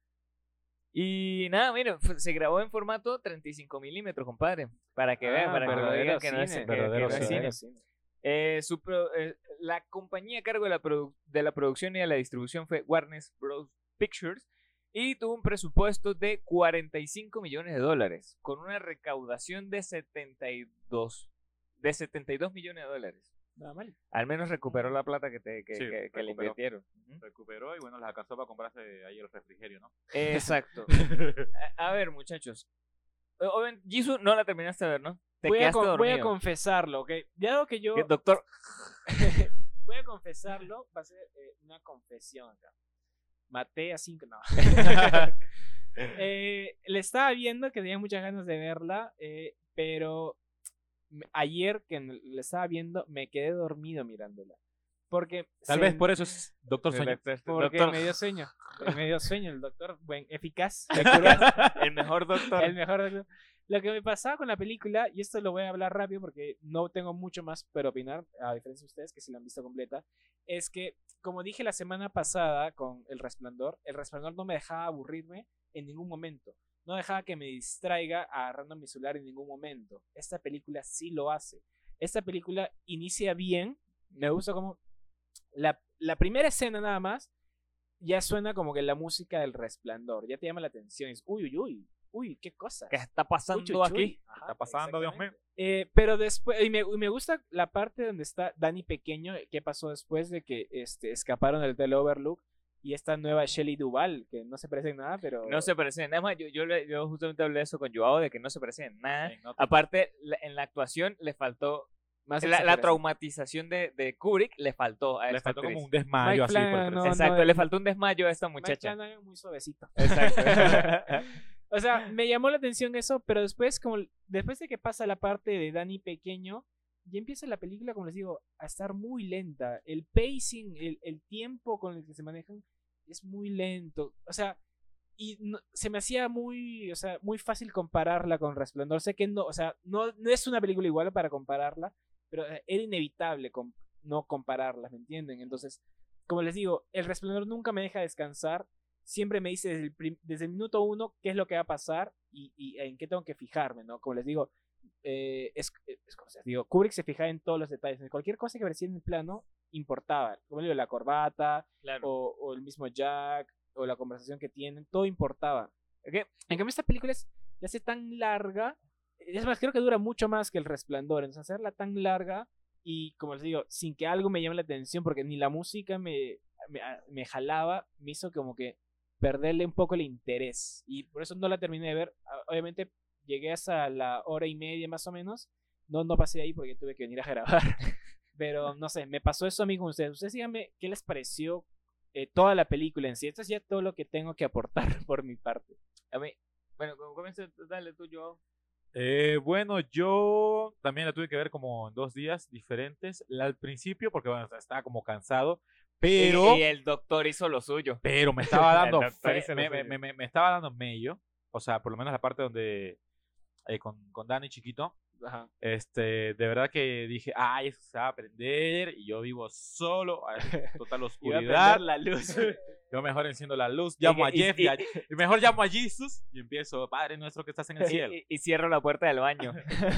Y nada, miren, fue- se grabó en formato treinta y cinco milímetros, compadre. Para que vean, Ah, para que lo verdadero digan que no es, cine, que- que verdadero no es cine. cine. Eh, su pro- eh, la compañía a cargo de la, produ- de la producción y de la distribución fue Warner Bros. Pictures y tuvo un presupuesto de cuarenta y cinco millones de dólares con una recaudación de setenta y dos de setenta y dos millones de dólares. Nada mal. Al menos recuperó la plata que, te, que, Sí, que- que le recuperó. invirtieron. Ujú. Recuperó y bueno, les alcanzó para comprarse ahí el refrigerio, ¿no? Exacto. a, a ver, muchachos. O- obviamente, Jisoo no la terminaste de ver, ¿no? Te Voy a, quedaste con- voy a dormido. confesarlo, ¿ok? Dado que yo Que, Doctor, voy a confesarlo, va a ser eh, una confesión acá. Maté a cinco, no. Eh, le estaba viendo que tenía muchas ganas de verla, eh, pero me- ayer que n- le estaba viendo me quedé dormido mirándola. Porque Tal se- vez por eso es Doctor Sueño. Doctor, porque doctor- me dio sueño. Me dio sueño el doctor, buen, eficaz. el mejor doctor. El mejor doctor. Lo que me pasaba con la película, y esto lo voy a hablar rápido porque no tengo mucho más para opinar, a diferencia de ustedes que si la han visto completa, es que, como dije la semana pasada con El Resplandor, El Resplandor no me dejaba aburrirme en ningún momento. No dejaba que me distraiga agarrando mi celular en ningún momento. Esta película sí lo hace. Esta película inicia bien, me gusta como la, la primera escena nada más, ya suena como que la música del Resplandor, ya te llama la atención, es uy, uy, uy, uy, qué cosa. ¿Qué está pasando Uy, chuy, chuy. aquí? Ajá, está pasando, Dios exactamente. mío? Eh, pero después, y me, y me gusta la parte donde está Danny Pequeño, qué pasó después de que este, escaparon del Hotel Overlook y esta nueva Shelley Duvall, que no se parece en nada, pero... No se parece en nada más. Yo, yo, le- yo justamente hablé de eso con Joao, de que no se parece en nada. Sí, no, Aparte, la- en la actuación le faltó. más La, la exageración. traumatización de, de Kubrick le faltó a le esta faltó actriz. como un desmayo Mike así. por Flanagan, tres- no, Exacto, no, le faltó un desmayo a esta Mike muchacha. Flanagan muy suavecito. Exacto. O sea, me llamó la atención eso, pero después, como después de que pasa la parte de Danny Pequeño, ya empieza la película, como les digo, a estar muy lenta. El pacing, el, el tiempo con el que se manejan es muy lento. O sea, y no- se me hacía muy, o sea, muy fácil compararla con Resplandor. Sé que no, o sea, no, no es una película igual para compararla, pero eh, era inevitable com- no compararlas, ¿me entienden? Entonces, como les digo, el Resplandor nunca me deja descansar. Siempre me dice desde el, prim- desde el minuto uno qué es lo que va a pasar y, y en qué tengo que fijarme, ¿no? Como les digo, eh, es, es como les digo, Kubrick se fijaba en todos los detalles. En cualquier cosa que aparecía en el plano importaba. Como les digo, la corbata, Claro. o, o el mismo Jack, o la conversación que tienen, todo importaba. ¿Ok? En cambio, esta película es, la hace tan larga, es más, creo que dura mucho más que El Resplandor. Entonces, hacerla tan larga y, como les digo, sin que algo me llame la atención, porque ni la música me, me, me jalaba, me hizo como que perderle un poco el interés. Y por eso no la terminé de ver. Ah, Obviamente, llegué hasta la hora y media más o menos. No, no pasé ahí porque tuve que venir a grabar. Pero no sé, me pasó eso a mí con ustedes. Ustedes díganme qué les pareció eh, toda la película en sí. Esto es ya todo lo que tengo que aportar por mi parte. A mí, bueno, comienza, dale tú, yo. Eh, bueno, yo también la tuve que ver como en dos días diferentes. La, al principio, porque bueno, estaba como cansado, pero, Y, y el doctor hizo lo suyo. pero me estaba dando, El doctor fe- hizo lo me, me, suyo. me- me- me estaba dando mello. O sea, por lo menos la parte donde eh, con, con Dani chiquito. Ajá. Este, de verdad que dije, ay, eso se va a aprender. Y yo vivo solo, a total Iba a oscuridad. prender la luz. Yo mejor enciendo la luz, llamo a Y- y- Jeff, y- y, a- y mejor llamo a Jesus y empiezo, Padre nuestro que estás en el cielo. Y, y cierro la puerta del baño.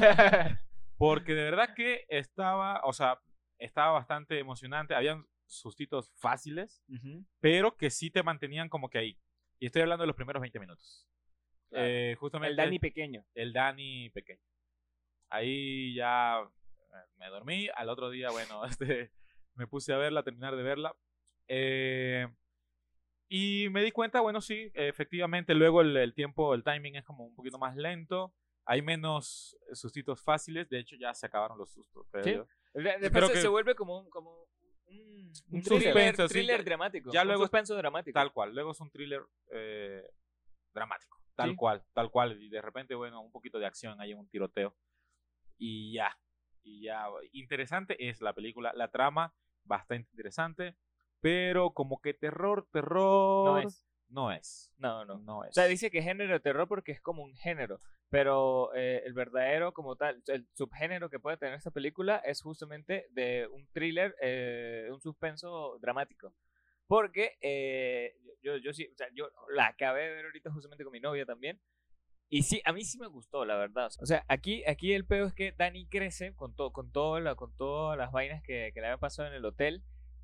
Porque de verdad que estaba, o sea, estaba bastante emocionante. Habían sustitos fáciles, Ujú. pero que sí te mantenían como que ahí. Y estoy hablando de los primeros veinte minutos. Claro. Eh, justamente El Dani pequeño. el Dani pequeño. Ahí ya eh, me dormí. Al otro día, bueno, este, me puse a verla, a terminar de verla. Eh, y me di cuenta, bueno, sí, efectivamente, luego el, el tiempo, el timing es como un poquito más lento. Hay menos sustitos fáciles. De hecho, ya se acabaron los sustos. Creo Sí. yo. Después creo se, que- se vuelve como un, como un, Un thriller, suspenso, sí, thriller ya- dramático. ya un luego- suspenso dramático. Tal cual. Luego es un thriller eh, dramático. Tal Sí. cual, tal cual. Y de repente, bueno, un poquito de acción, hay un tiroteo. Y ya. Y ya. Interesante es la película. La trama, bastante interesante. Pero como que terror, terror. No es. No es. No, no. No es. O sea, dice que género de terror porque es como un género, pero eh, el verdadero como tal, el subgénero que puede tener esta película es justamente de un thriller, eh, un suspenso dramático. Porque eh, yo, yo sí, o sea, yo la acabé de ver ahorita justamente con mi novia también. Y sí, a mí sí me gustó, la verdad. O sea, aquí, aquí el peor es que Dani crece con, todo con, todo la, con todas las vainas que, que le habían pasado en el hotel,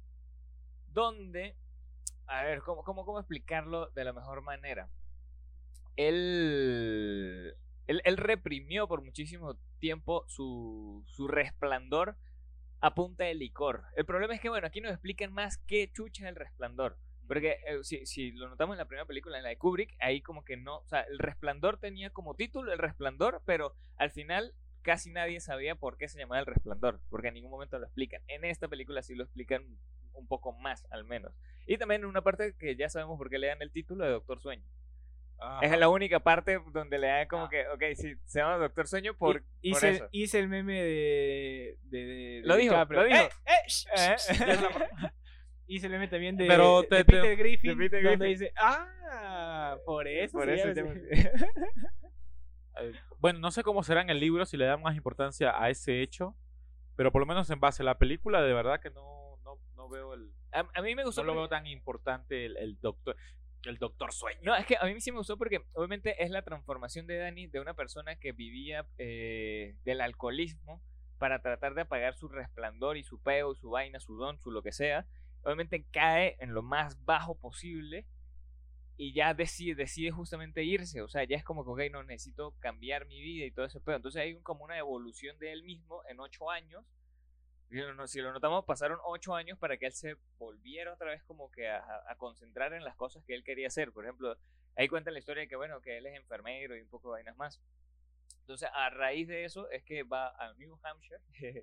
donde... A ver, ¿cómo, cómo, ¿cómo explicarlo de la mejor manera? Él, él, él reprimió por muchísimo tiempo su, su resplandor a punta de licor. El problema es que, bueno, aquí nos explican más qué chucha es el resplandor. Porque eh, si, si lo notamos en la primera película, en la de Kubrick, ahí como que no, o sea, el resplandor tenía como título el resplandor, pero al final casi nadie sabía por qué se llamaba el resplandor, porque en ningún momento lo explican. En esta película sí lo explican un poco más, al menos. Y también en una parte que ya sabemos por qué le dan el título de Doctor Sueño. Ajá. Es la única parte donde le dan como Ah. que, ok, sí, se llama Doctor Sueño por, por hice, eso. hice el meme de. de, de- Lo de dijo, DiCaprio. lo dijo. ¡Eh, eh, sh, Eh. sh, sh! Ya no la- Hice el meme también de, Pero de te- Peter te- Griffin, de Peter donde Griffin. dice, ah, por eso. Por se eso llama se así". llama- Eh, bueno, no sé cómo será en el libro, si le dan más importancia a ese hecho. Pero por lo menos en base a la película, de verdad que no, no, no veo el. A, a mí me gustó No lo porque- veo tan importante el, el doctor. El doctor sueño. No, es que a mí sí me gustó porque obviamente es la transformación de Dani de una persona que vivía eh, del alcoholismo para tratar de apagar su resplandor y su peo, su vaina, su don, su lo que sea. Obviamente cae en lo más bajo posible y ya decide, decide justamente irse. O sea, ya es como que, ok, no necesito cambiar mi vida y todo ese pedo. Entonces hay un- como una evolución de él mismo en ocho años. Si lo, si lo notamos, pasaron ocho años para que él se volviera otra vez como que a, a concentrar en las cosas que él quería hacer. Por ejemplo, ahí cuenta la historia de que, bueno, que él es enfermero y un poco de vainas más. Entonces, a raíz de eso es que va a New Hampshire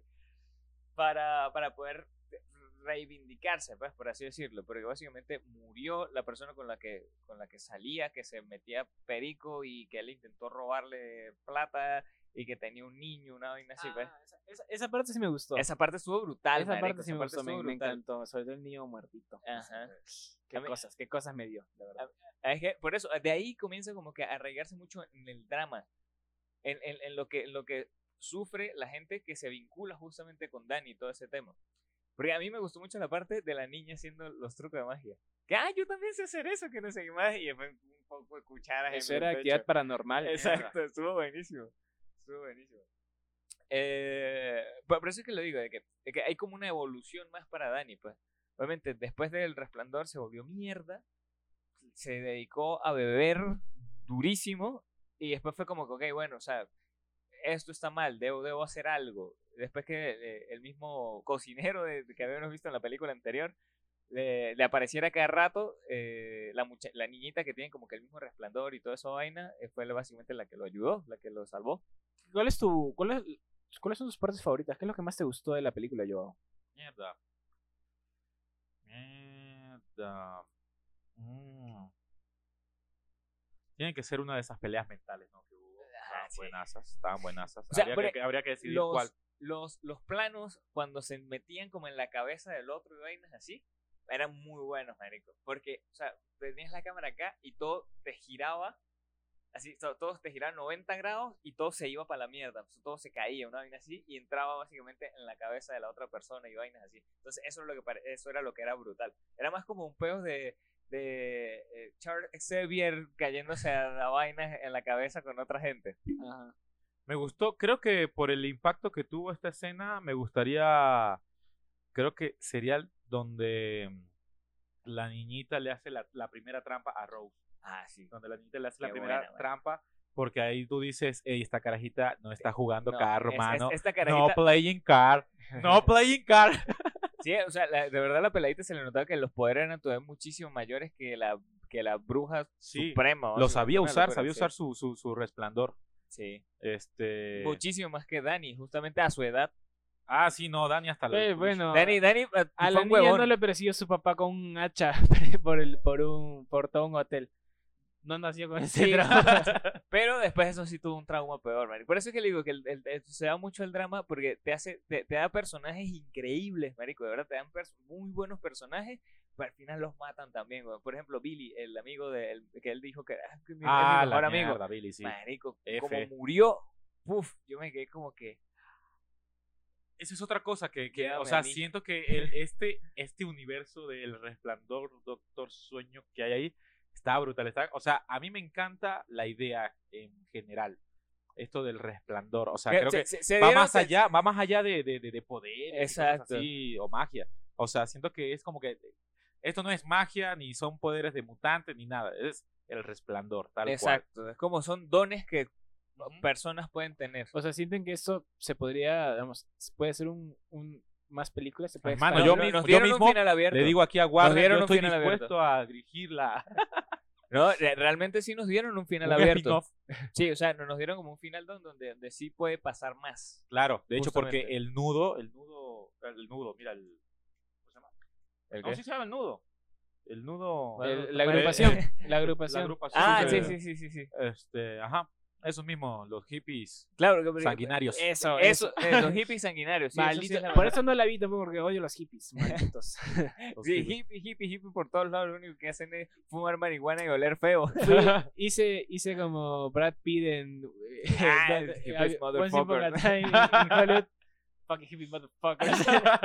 para, para poder reivindicarse, pues, por así decirlo, porque básicamente murió la persona con la que con la que salía, que se metía perico y que él intentó robarle plata y que tenía un niño, una vaina así, pues. Ah, esa, esa- esa parte sí me gustó. Esa parte estuvo brutal, Esa marico, parte sí me gustó, me, estuvo me brutal. encantó. Sobre todo el niño muertito. Ajá. Qué A mí- cosas, qué cosas me dio, la verdad. Es que, por eso, de ahí comienza como que a arraigarse mucho en el drama, en, en, en lo que, en lo que sufre la gente que se vincula justamente con Dani y todo ese tema. Porque a mí me gustó mucho la parte de la niña haciendo los trucos de magia. Que, ah, yo también sé hacer eso, que no sé qué más. Y después un poco de cucharas Eso en era el actividad pecho. paranormal. Exacto, estuvo buenísimo. Estuvo buenísimo. Eh, por por eso es que lo digo, de que, de que hay como una evolución más para Dani, pues. Obviamente, después del Resplandor se volvió mierda, se dedicó a beber durísimo, y después fue como que, ok, bueno, o sea, esto está mal, debo, debo hacer algo. Después que eh, el mismo cocinero de, que habíamos visto en la película anterior le, le apareciera cada rato eh, la, mucha- la niñita que tiene como que el mismo resplandor y toda esa vaina, eh, fue la- básicamente la que lo ayudó, la que lo salvó. ¿Cuál es tu, cuál es, ¿Cuáles son tus partes favoritas? ¿Qué es lo que más te gustó de la película, Joao? Mierda. Mierda. Mm. Tiene que ser una de esas peleas mentales, ¿no? Que hubo. Estaban sí. buenazas, estaban buenazas. O sea, habría, pero que, habría que decidir Los, cuál. los, los planos, cuando se metían como en la cabeza del otro y vainas así, eran muy buenos, marico. Porque, o sea, tenías la cámara acá y todo te giraba, así, to- todo te giraba noventa grados y todo se iba para la mierda. O sea, todo se caía, una vaina así, y entraba básicamente en la cabeza de la otra persona y vainas así. Entonces, eso, es lo que pare- eso era lo que era brutal. Era más como un peo de, de eh, Charles Xavier cayéndose a la vaina en la cabeza con otra gente. Ajá. Me gustó, creo que por el impacto que tuvo esta escena, me gustaría, creo que sería el donde mm, la niñita le hace la, la primera trampa a Rose. Ah, sí. Donde la niñita le hace la Qué primera buena, man. trampa, porque ahí tú dices, hey, esta carajita no está jugando No, carro, es- es- mano. esta No carajita, playing car. No playing car. sí, o sea, la- de verdad la peladita se le notaba que los poderes eran todavía muchísimo mayores que la, que la bruja Sí, suprema. Lo sabía Una usar, locura, sabía sí. usar su, su, su resplandor. Sí, Este. muchísimo más que Dani, justamente a su edad. Ah, sí, no, Dani hasta la. Eh, bueno, Dani, Dani, eh, a fue la un niña huevón. no le persiguió su papá con un hacha por el por un por todo un hotel. No nació con ese Sí, trauma. pero después eso sí tuvo un trauma peor, marico. Por eso es que le digo que el- el- el- se da mucho el drama porque te hace, te, te da personajes increíbles, marico. De verdad, te dan pers- muy buenos personajes, pero al final los matan también, güey. Por ejemplo, Billy, el amigo de él, que él dijo que ah, que mi- Ah, es mi mejor la amigo. mierda, Billy, sí. Marico, F. como murió, puf, yo me quedé como que. Esa es otra cosa que, que Quédame o sea, a mí. siento que el- este, este universo del resplandor, Doctor Sueño que hay ahí, está brutal. Está, o sea, a mí me encanta la idea en general. Esto del resplandor. O sea, que creo se- que se- se va dieron- más se- allá, va más allá de, de, de, de poder Exacto. así, o magia. O sea, siento que es como que esto no es magia, ni son poderes de mutante, ni nada. Es el resplandor, tal cual. Exacto, es como son dones que Ujú. personas pueden tener. O sea, sienten que esto se podría, digamos, puede ser un, un más películas, se puede Hermano, expandir. yo No, mismo- nos yo dieron mismo un final abierto. Le digo aquí a Warner, dieron yo un estoy final dispuesto abierto. a dirigirla. No, re- realmente sí nos dieron un final Un abierto. spin-off. Sí, o sea, no- nos dieron como un final donde, donde, donde sí puede pasar más. Claro, de hecho, Justamente. porque el nudo, el nudo, el nudo, mira, el. ¿Cómo se llama? ¿El No, qué? sí se llama el nudo. El nudo. Bueno, El- la eh, agrupación, eh, la agrupación. La agrupación. Ah, de- sí, sí, sí, sí, sí. Este, ajá. Esos mismos, los hippies Claro, que- sanguinarios. Eso, Eso, eso. eh, los hippies sanguinarios. Sí, eso sí Maldito- es la por verdad. eso no la vi tampoco porque odio los hippies, malditos. Los Sí, hippies. hippie, hippie, hippie por todos lados. Lo único que hacen es fumar marihuana y oler feo. Fui- hice, hice como Brad Pitt en Ah, eh, el hippies Once Upon a motherfucker. Time in Hollywood. Fucking hippie motherfuckers.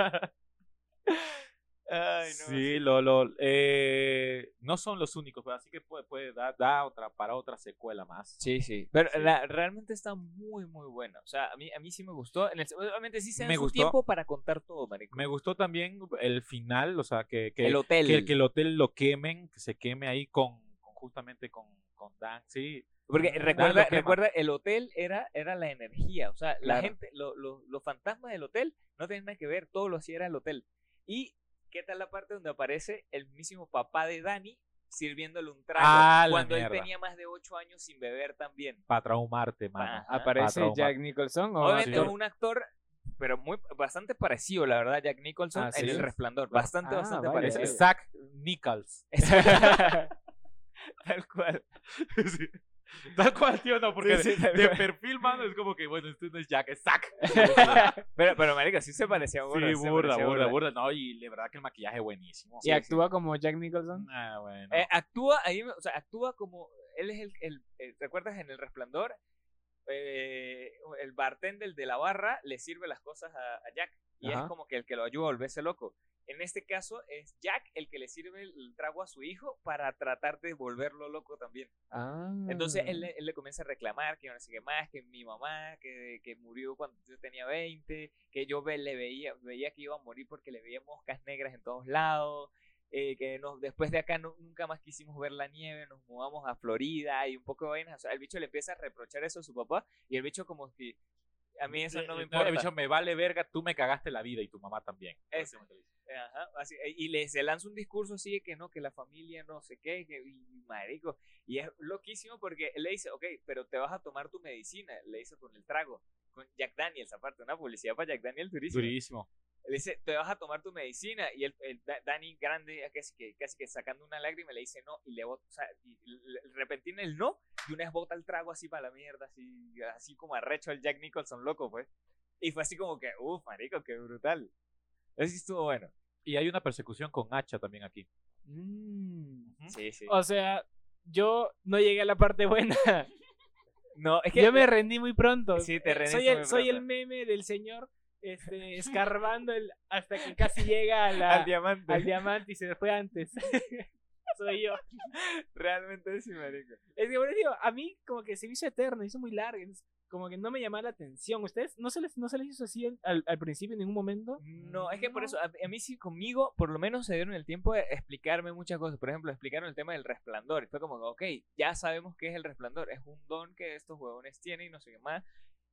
Ay, no. Sí, lo, lo, eh, no son los únicos, pero así que puede, puede dar da otra, para otra secuela más. Sí, sí. Pero Sí. la- realmente está muy, muy buena. O sea, a mí, a mí sí me gustó. En el- obviamente sí se dan Me su gustó. tiempo para contar todo, marico. Me gustó también el final, o sea, que, que, el hotel. que, que el hotel lo quemen, que se queme ahí con, con justamente con, con Dan, sí. Porque Dan recuerda, lo quema. recuerda, el hotel era, era la energía. O sea, la Claro. gente, lo- lo- los fantasmas del hotel no tenían nada que ver, todo lo hacía era el hotel. Y ¿qué tal la parte donde aparece el mismísimo papá de Dani sirviéndole un trago? Ah, la cuando él mierda. tenía más de ocho años sin beber también. Para traumarte, mano. Ajá. ¿Aparece Patrón, Jack Nicholson o Obviamente actor? es un actor, pero muy bastante parecido, la verdad, Jack Nicholson Ah, en ¿sí? El Resplandor. Bastante, Ah, bastante vale, Es parecido. Zack Nichols. Tal cual. Sí. Tal cual, tío, no, porque Sí, sí, de, tal de cual. perfil, mano, es como que, bueno, este no es Jack, es Zack. Pero, pero marica, sí se parecía burda. Sí, sí se burda, parecía burda, burda. No, y de verdad que el maquillaje es buenísimo. ¿Y actúa como Jack Nicholson? Ah, bueno. Eh, actúa ahí, o sea, actúa como él es el, el, el- ¿recuerdas en El Resplandor? Eh, el bartender de la barra le sirve las cosas a, a Jack y Ajá. es como que el que lo ayuda a volverse loco. En este caso es Jack el que le sirve el, el trago a su hijo para tratar de volverlo loco también. Ah. Entonces él, le- él le comienza a reclamar que no sé qué más, que mi mamá, que, que murió cuando yo tenía veinte, que yo ve- le veía, veía que iba a morir porque le veía moscas negras en todos lados, eh, que nos, después de acá no- nunca más quisimos ver la nieve, nos mudamos a Florida y un poco de vainas. O sea, el bicho le empieza a reprochar eso a su papá y el bicho como que A mí eso no me Le- importa. le he dicho, me vale verga, tú me cagaste la vida y tu mamá también. Eso. Ajá, así, y le se lanza un discurso así de que no, que la familia no sé qué, que, y, y marico, y es loquísimo porque él le dice, ok, pero te vas a tomar tu medicina, le dice con el trago, con Jack Daniels, aparte, una publicidad para Jack Daniels durísima. Durísimo. Le dice, te vas a tomar tu medicina, y el, el Da- Danny grande, casi que, casi que sacando una lágrima, le dice no, y le bota, o sea, y, le- repentina el no, y una vez bota el trago así para la mierda, así, así como arrecho al Jack Nicholson loco, pues, y fue así como que, uff, marico, qué brutal. Eso sí estuvo bueno. Y hay una persecución con hacha también aquí. Mm. Sí, sí. O sea, yo no llegué a la parte buena. No, es que Yo me rendí muy pronto. Sí, te Eh, rendiste soy el, muy soy el pronto. meme del señor este, escarbando el, hasta que casi llega a la, al diamante. al diamante y se fue antes. Soy yo. Realmente sí, marico. Es que, por eso digo, a mí como que se me hizo eterno, se hizo muy largo. entonces, como que no me llamaba la atención. ¿Ustedes no se les, no se les hizo así al, al principio en ningún momento? No, es que por eso, a, a mí sí conmigo, por lo menos se dieron el tiempo de explicarme muchas cosas. Por ejemplo, explicaron el tema del resplandor. Y fue como, ok, ya sabemos qué es el resplandor. Es un don que estos huevones tienen y no sé qué más.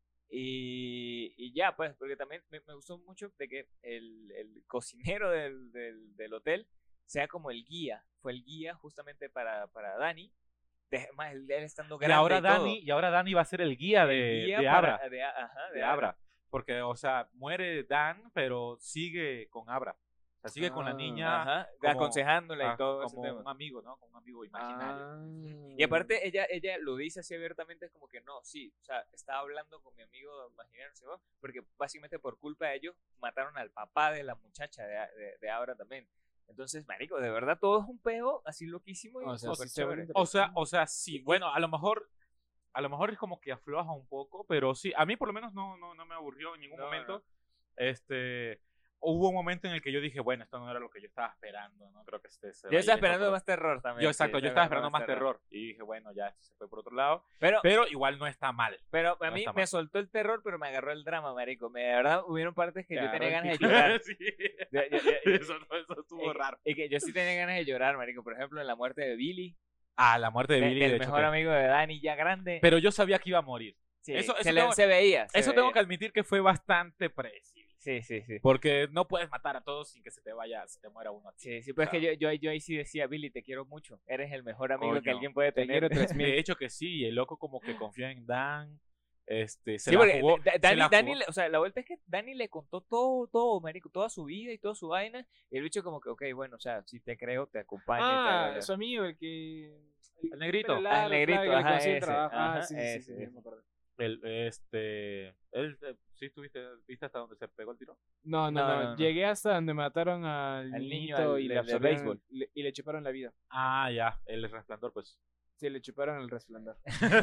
Y, y ya, pues, porque también me, me gustó mucho de que el, el cocinero del, del, del hotel sea como el guía. Fue el guía justamente para, para Dani. De, más él, él estando Y grande. ahora, y todo. Dani, y ahora Dani va a ser el guía El de, guía de para- Abra. de- ajá, de De Abra. Abra. Porque, o sea, muere Dan, pero sigue con Abra. O sea, sigue con la Ah, niña Ajá, como- aconsejándola ah, y todo ese como tema. un amigo, ¿no? Como un amigo imaginario. Ah. Y aparte ella, ella lo dice así abiertamente, es como que no, sí, o sea, estaba hablando con mi amigo imaginario, no sé qué, porque básicamente por culpa de ellos mataron al papá de la muchacha de, de, de Abra también. Entonces, marico, de verdad todo es un peo así loquísimo y O sea, súper sí se vuelve chévere. O sea, o sea, sí, bueno, a lo mejor a lo mejor es como que afloja un poco, pero sí, a mí por lo menos no, no, no me aburrió en ningún No, momento. no. Este, hubo un momento en el que yo dije, bueno, esto no era lo que yo estaba esperando, no creo que este se Yo vaya estaba yendo esperando por- más terror también. Yo exacto, sí, yo estaba esperando más terror y dije, bueno, ya esto se fue por otro lado, Pero, pero igual no está mal. pero a no mí está me mal. soltó el terror, pero me agarró el drama, marico. Me, de verdad, hubieron partes que Te yo agarró tenía el ganas de pico. llorar. Sí. Yo- yo- yo- Eso, no- eso estuvo y, raro. y que yo sí tenía ganas de llorar, marico. Por ejemplo, en la muerte de Billy, Ah, la muerte de de- Billy, del de hecho, mejor que- amigo de Dani, ya grande. pero yo sabía que iba a morir. Sí, eso- se, eso le- tengo- se veía. se Eso tengo veía. que admitir que fue bastante predecible. Sí, sí, sí. Porque no puedes matar a todos sin que se te vaya, se te muera uno a ti. Sí, sí, pero es que Claro. yo, yo, yo ahí sí decía, Billy, te quiero mucho. Eres el mejor amigo que Coño, alguien puede te tener. quiero tres mil. De hecho que sí, y el loco como que confió en Dan. Este, se Sí, la porque jugó. Da- se Dani, la Dani jugó. le- o sea, la vuelta es que Dani le contó todo, todo, marico, toda su vida y toda su vaina. Y el bicho como que, ok, bueno, o sea, si te creo, te acompaño. y te Ah, hago- su amigo, el que... El negrito. pelo Ah, el largo, negrito, claro, que le ajá, consigue ese, trabajo. Ah, ajá, sí, sí, sí, ese, sí, sí, ese. me acuerdo. El, este, él, eh, ¿sí estuviste, viste hasta donde se pegó el tiro? No, no, No, no, no, no. Llegué hasta donde mataron al, Al niño, niñito al- y del- le del absorbieron béisbol. le- y le chuparon la vida. Ah, ya, el resplandor, pues. Sí, le chuparon el resplandor.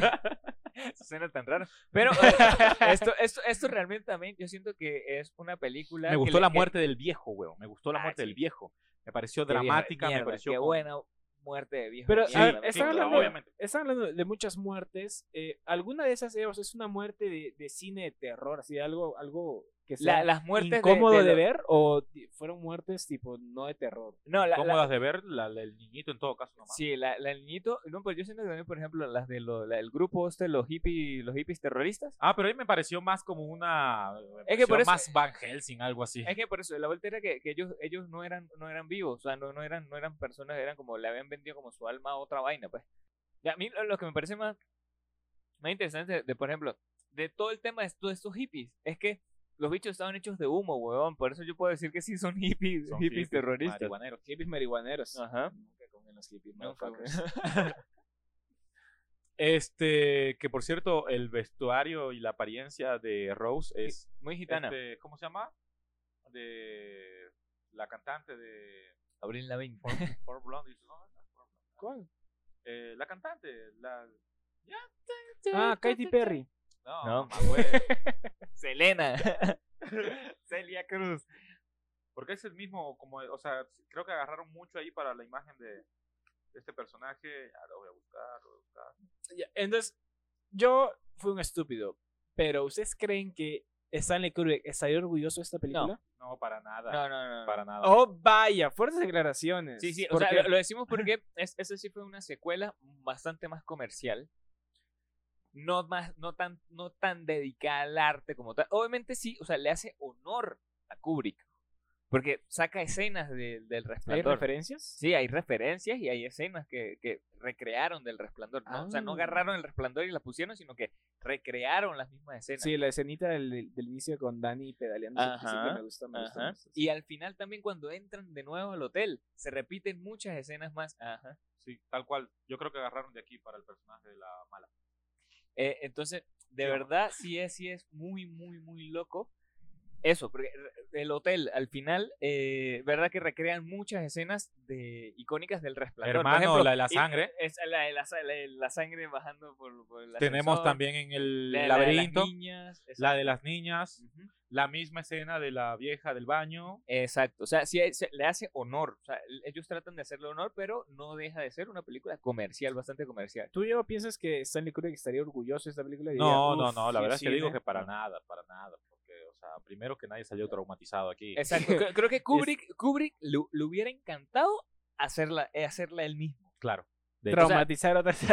Eso suena tan raro. Pero eh, esto, esto, esto realmente también, yo siento que es una película. Me que gustó le- la que- muerte del viejo, weón. Me gustó la Ah, muerte sí. del viejo. Me pareció qué vieja dramática, mierda, me pareció. Qué con- buena muerte de viejo. Pero, de a mierda, ver, marico. están sí, hablando, obviamente. están hablando de muchas muertes. Eh, ¿Alguna de esas, digamos, es una muerte de, de cine de terror? Así, algo, algo que sea La- las muertes de- incómodo de, de lo- ver o ti- fueron muertes tipo no de terror? No, la, la- Cómodas de ver, la del niñito en todo caso nomás. sí, la, la del niñito. No, pues yo siento que también, por ejemplo, las de lo, la del grupo este, los hippies, los hippies terroristas. Ah, pero ahí me pareció más como una. me Es que por pareció eso- más Van Helsing, algo así. Es que por eso, la vuelta era que, que ellos, ellos no eran, no eran vivos, o sea, no, no eran, no eran personas, eran como, le habían vendido como su alma a otra vaina, pues. Y a mí lo, lo que me parece más, más interesante de, de, por ejemplo, de todo el tema de todos estos hippies, es que los bichos estaban hechos de humo, huevón, por eso yo puedo decir que sí son hippies, Son hippies, terroristas. marihuaneros. Hippies marihuaneros. Ajá. Nunca comen los hippies, No, motherfuckers. Este, que por cierto, el vestuario y la apariencia de Rose es. Muy gitana. este, ¿Cómo se llama? De la cantante de Abril Lavigne. Four Blondies, ¿no? ¿Cuál? Eh, la cantante, la. Ah, Katy Perry. No, No. mamá, güey. Selena. Celia Cruz. Porque es el mismo, como, o sea, creo que agarraron mucho ahí para la imagen de, de este personaje. Ya lo voy a buscar, lo voy a buscar. Ya, entonces, yo fui un estúpido, pero ¿ustedes creen que Stanley Kubrick estaría orgulloso de esta película? No, para nada. No, no, no. no. Para nada. Oh, vaya, fuertes declaraciones. Sí, sí, o ¿Por sea, qué? lo, lo decimos porque es, eso sí fue una secuela bastante más comercial. no más, no tan, no tan dedicada al arte como tal. Obviamente sí, o sea, le hace honor a Kubrick, porque saca escenas de, del ¿Hay Resplandor. referencias? Sí, hay referencias y hay escenas que, que recrearon del Resplandor, ¿no? O sea, no Ah. agarraron el Resplandor y la pusieron, sino que recrearon las mismas escenas. Sí, la escenita del, del inicio con Dani pedaleando ese Ajá, triciclo me gusta, me gusta Ajá. mucho. Y al final también cuando entran de nuevo al hotel, se repiten muchas escenas más. Ajá. Sí, tal cual. Yo creo que agarraron de aquí para el personaje de la mala. Eh, entonces, de Sí, verdad, sí es, sí es muy, muy, muy loco. Eso, porque el hotel al final, eh, verdad que recrean muchas escenas de icónicas del Resplandor. Por Hermano, ejemplo, la de la y- sangre. Es la, de la, sa- la de la sangre bajando por, por el Tenemos ascensor, también en el la de- la de las laberinto niñas, la de las niñas, Ujú. la misma escena de la vieja del baño. Exacto, o sea, sí hay- se- le hace honor, o sea, el- ellos tratan de hacerle honor, pero no deja de ser una película comercial, bastante comercial. ¿Tú, Diego, piensas que Stanley Kubrick estaría orgulloso de esta película? Diría, No, no, "Uf, no, la qué verdad es que digo cine"? que para No. nada, para nada. Porque, o sea, primero que nadie salió traumatizado aquí. Exacto, creo, creo que Kubrick, Kubrick le, le hubiera encantado hacerla, eh, hacerla él mismo. Claro. De hecho, Traumatizar otra vez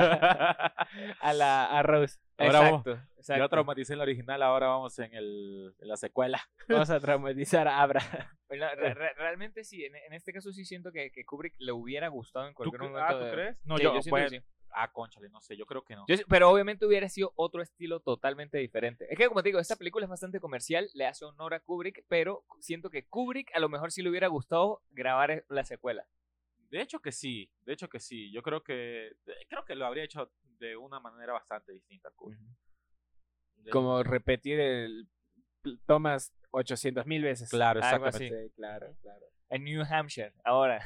a, a la a Rose. Ahora vamos- exacto, exacto. yo traumaticé en la original, ahora vamos en, el, en la secuela. Vamos a traumatizar a Abra. Pero la- re- re- realmente sí, en, en este caso sí siento que, que Kubrick le hubiera gustado en ¿Tú, cualquier cre- momento. ah, ¿tú de- crees? No, Sí, yo, yo siento pues, que sí. ah, cónchale, no sé, yo creo que no. Yo sí- pero obviamente hubiera sido otro estilo totalmente diferente. Es que como te digo, esta película es bastante comercial, le hace honor a Kubrick, pero siento que Kubrick a lo mejor sí le hubiera gustado grabar e- la secuela. De hecho que sí, de hecho que sí. Yo creo que creo que lo habría hecho de una manera bastante distinta. Kubrick. De- Como repetir el tomas ochocientas mil veces. Claro, Algo exactamente. así. Sí, claro, claro. En New Hampshire, ahora.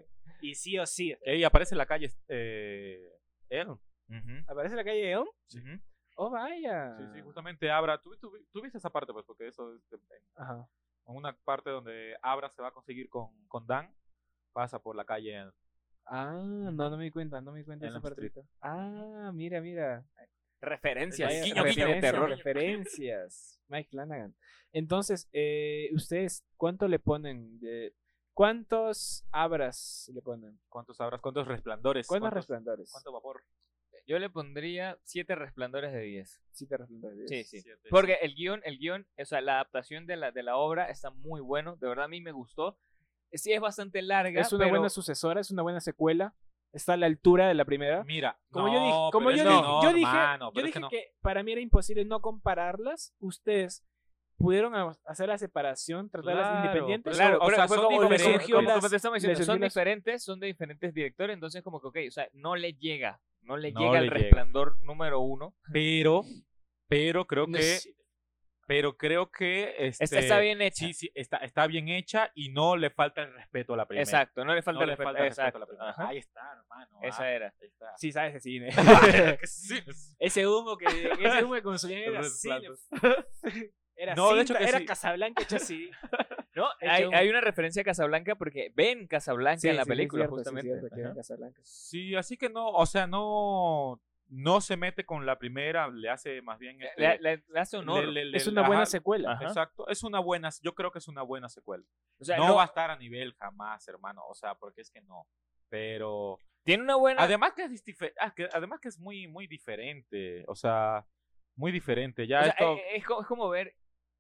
Y sí o sí. Ey, aparece en la calle eh, él. Ujú, ¿Aparece la calle Elm? ujú. Oh, vaya. Sí, sí, justamente Abra. ¿Tú, tú, tú viste esa parte, pues, porque eso es de- en Ajá. una parte donde Abra se va a conseguir con, con Dan, pasa por la calle Elm. Ah, no, no me di cuenta, no me di cuenta de Elm esa Street. partita. Ah, mira, mira. Referencias, Vaya, guiño, guiño de referencias, terror. referencias. Mike Flanagan. Entonces, eh, ¿ustedes cuánto le ponen? De, ¿Cuántos abras le ponen? ¿Cuántos Abras? ¿Cuántos resplandores? ¿Cuántos ¿Cuántos- resplandores? ¿Cuánto vapor? Yo le pondría siete resplandores de diez. Siete resplandores. Sí, sí. Siete, Porque el guión, el guión, o sea, la adaptación de la, de la obra está muy bueno. De verdad a mí me gustó. Sí es bastante larga. Es una pero- buena sucesora, es una buena secuela. Está a la altura de la primera. Mira, Como no, yo dije, como pero yo es que dije, no, yo dije, hermano, yo pero es dije que no. que para mí era imposible no compararlas. Ustedes pudieron a- hacer la separación, tratarlas Claro, independientes. pero- Claro, o pero sea, fue son como, o le diferentes, surgió como- las- como te estaba le diciendo, surgió son las- diferentes, son de diferentes directores, entonces como que, ok, o sea, no le llega, no le No llega le el llega. resplandor número uno. Pero, pero creo No que, sé. pero creo que este, Esta está bien hecha. Sí, sí, está, está bien hecha y no le falta el respeto a la primera. Exacto, no le falta No el le respeto. falta el respeto a Exacto, la primera. ajá. Ahí está, hermano. Esa ah, era. Ahí está. Sí, sabes de cine. Que sí. Ese humo que, ese humo que consumían El era cine. resplandor. Era No, de cinta, hecho que era sí. Casablanca hecho así. No, Hecho hay, un- hay una referencia a Casablanca porque ven Casablanca en la película, justamente. Ajá. Casablanca. Sí, así que no, o sea, no, no se mete con la primera, le hace más bien. este, Le, le- le hace honor. le- le- Es le- una buena ajá, secuela. Ajá. Exacto, es una buena, yo creo que es una buena secuela. O sea, no, no- va a estar a nivel jamás, hermano, o sea, porque es que no. Pero tiene una buena. además que es dife- ah, que- además que es muy muy diferente, o sea, muy diferente. Ya o sea, esto es, es como, es como ver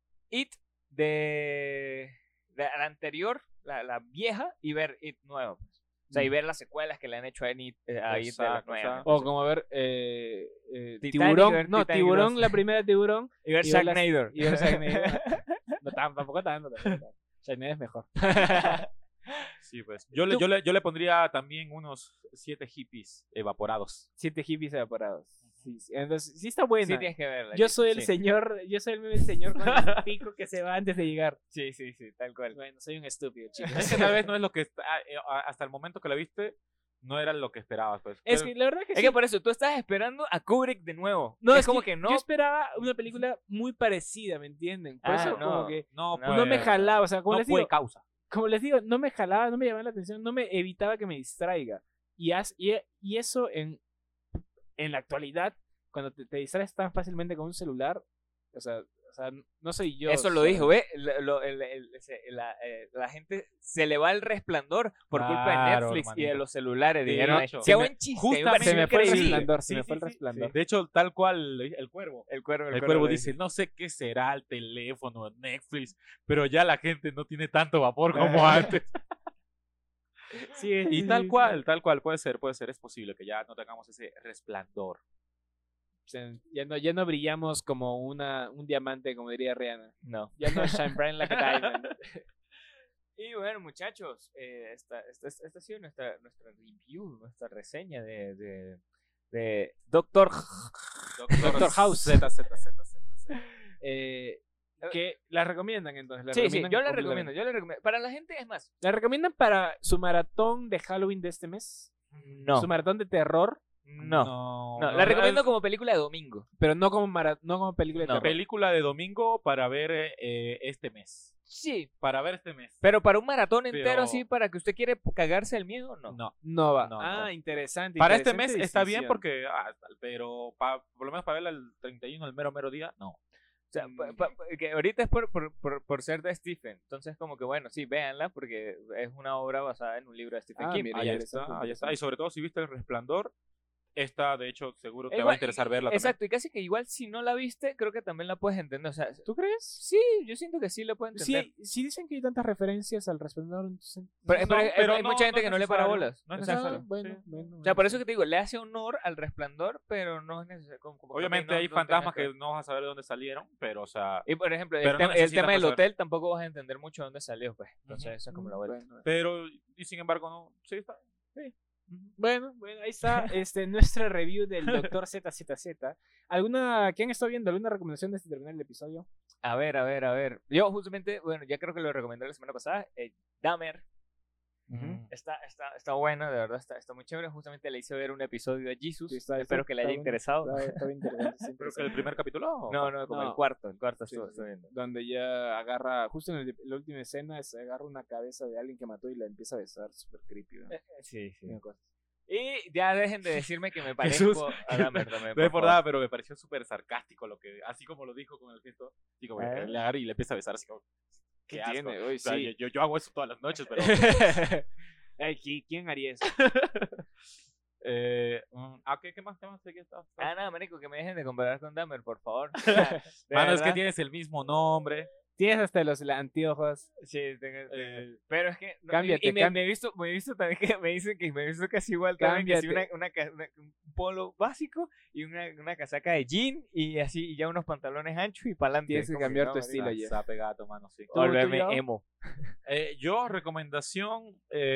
It de, de la anterior, la, la vieja, y ver It nuevo. pues. O sea, y ver las secuelas que le han hecho a It, eh, a It de la Exacto, nueva. exacto. O como ver eh, eh, Titanic, Tiburón. ver No, Titanic Tiburón, dos. la primera Tiburón. Y ver y ver las- Sharknado. Y ver Sharknado. No, tam- tampoco tanto. tampoco tanto. Sharknado es mejor. sí, pues. Yo le, Tú- yo le yo le pondría también unos siete hippies evaporados. Siete hippies evaporados. Sí, sí. Entonces, sí está buena. Sí, tienes que verla. Yo sí, soy el sí. señor, yo soy el, el señor con el pico que se va antes de llegar. Sí, sí, sí, tal cual. Bueno, soy un estúpido, chicos. Es que tal vez no es lo que está, eh, a- hasta el momento que la viste no era lo que esperabas, pues. Es Pero- que la verdad que Es sí. que por eso tú estás esperando a Kubrick de nuevo. No, es, es como que, no. Yo esperaba una película muy parecida, ¿me entienden? Por Ah, eso no. como que no, no, pues, no me jalaba, o sea, como no les fue digo, causa. como les digo, no me jalaba, no me llamaba la atención, no me evitaba que me distraiga. Y, as- y, y eso en, en la actualidad, cuando te, te distraes tan fácilmente con un celular, o sea, O sea, no soy yo. Eso lo soy- dijo, ¿ve? Lo- lo- el- el- ese- la, eh, la gente se le va el resplandor por culpa de Claro, Netflix y de hermanito. los celulares. Sí, Dijeron, de hecho. qué Se buen me- chiste. justamente Se me fue el increíble. resplandor, se Sí, me sí, fue el sí, sí. resplandor. De hecho, tal cual el cuervo. El cuervo, El cuervo lo dice, no sé qué será el teléfono, Netflix, pero ya la gente no tiene tanto vapor como antes. Sí, Y tal cual, tal cual, puede ser, puede ser, es posible que ya no tengamos ese resplandor. O sea, ya no, ya no brillamos como una, un diamante, como diría Rihanna. No. Ya no shine bright like a diamond. Y bueno, muchachos, eh, esta, esta, esta ha sido nuestra, nuestra review, nuestra reseña de, de, de Doctor Doctor House. Z, Z, Z, Z, Z. Eh, que la recomiendan entonces. ¿La Sí, sí, recomiendan yo la completamente? recomiendo, yo la recomiendo. Para la gente, es más, ¿La recomiendan para su maratón de Halloween de este mes? no, ¿Su maratón de terror? no, no, no, no, la recomiendo es como película de domingo. Pero no como, mara- no como película de No. terror. película de domingo para ver eh, este mes. Sí, Para ver este mes. pero para un maratón entero Pero- así, para que usted quiere cagarse el miedo, no. No. No va. No, ah, no. interesante. Para este mes interesante está bien decisión. porque, ah, tal, pero pa- por lo menos para verla el treinta y uno, el mero mero día, no. O sea, pa- pa- pa- que ahorita es por, por, por, por ser de Stephen. Entonces, como que bueno, sí, véanla porque es una obra basada en un libro de Stephen Ah, King. mira, Ahí ya está, está, ahí está. Y sobre todo si viste El Resplandor, esta de hecho seguro te Igual- va a interesar verla Exacto, y casi que igual si no la viste, creo que también la puedes entender. O sea, ¿Tú crees? sí, yo siento que sí la puedes entender. Sí, sí dicen que hay tantas referencias al resplandor. Entonces... Pero, No, pero hay- pero hay no- mucha gente no que no le necesario, para bolas. no es Exacto. necesario. Ah, bueno, Sí. bueno, O sea, por bueno. eso que te digo, le hace honor al resplandor, pero no es necesario. como- como que Obviamente no- hay no fantasmas tengas que no vas a saber de dónde salieron, pero o sea, Y por ejemplo, el, pero no tema- el necesitas tema del pasar. hotel tampoco vas a entender mucho dónde salió, pues. Entonces, Ujú. esa es como la vuelta. Bueno, pero y sin embargo no, sí está. bueno, bueno, ahí está este, nuestra review del Doctor Z Z Z. ¿Alguna, ¿Quién está viendo? ¿Alguna recomendación desde terminar el episodio? A ver, a ver, a ver. Yo justamente, bueno, ya creo que lo recomendé la semana pasada. Eh, Dahmer. Ujú. Está, está, está buena, de verdad, está, está muy chévere. Justamente le hice ver un episodio a Jesus. Sí, está- Espero está- que le está haya bueno. interesado. Está, está bien interesante, sí, Creo que interesante. el primer capítulo. No, no, como No. el cuarto. El cuarto Sí, estuvo, sí, estuvo sí. viendo. Donde ya agarra, justo en el- la última escena, se agarra una cabeza de alguien que mató y la empieza a besar. Súper creepy. ¿no? Eh, Sí, sí. Una cosa. Y ya dejen de decirme que me Jesús, parezco a Dahmer también. No es por por favor. nada, pero me pareció súper sarcástico lo que, así como lo dijo con el gesto, digo, güey, ¿Eh? le agarra y le empieza a besar así como, ¿Qué qué asco. tiene? Uy, O sea, sí. yo, yo, yo hago eso todas las noches, pero Ay, ¿qui- ¿quién haría eso? eh, mm, ah, ¿qué, qué más? ¿Qué más? ¿Qué está? Ah, nada, marico, que me dejen de comparar con Dahmer, por favor. De Mano, es que verdad. tienes el mismo nombre. Tienes hasta los anteojos. Sí, tengo- tengo- Eh, pero es que no, y- cámbiate, y, me, cam- me he visto me he visto también que me dicen que me he visto casi igual también que sí, una, Cámbiate. una, ca- una- un polo básico y una, una casaca de jean y así y ya unos pantalones anchos y para adelante. Tienes que cambiar tu estilo, Está- Jeff. Está pegato, mano, sí. ¿Tú- tú, Volverme Yao? emo. Eh, yo, recomendación.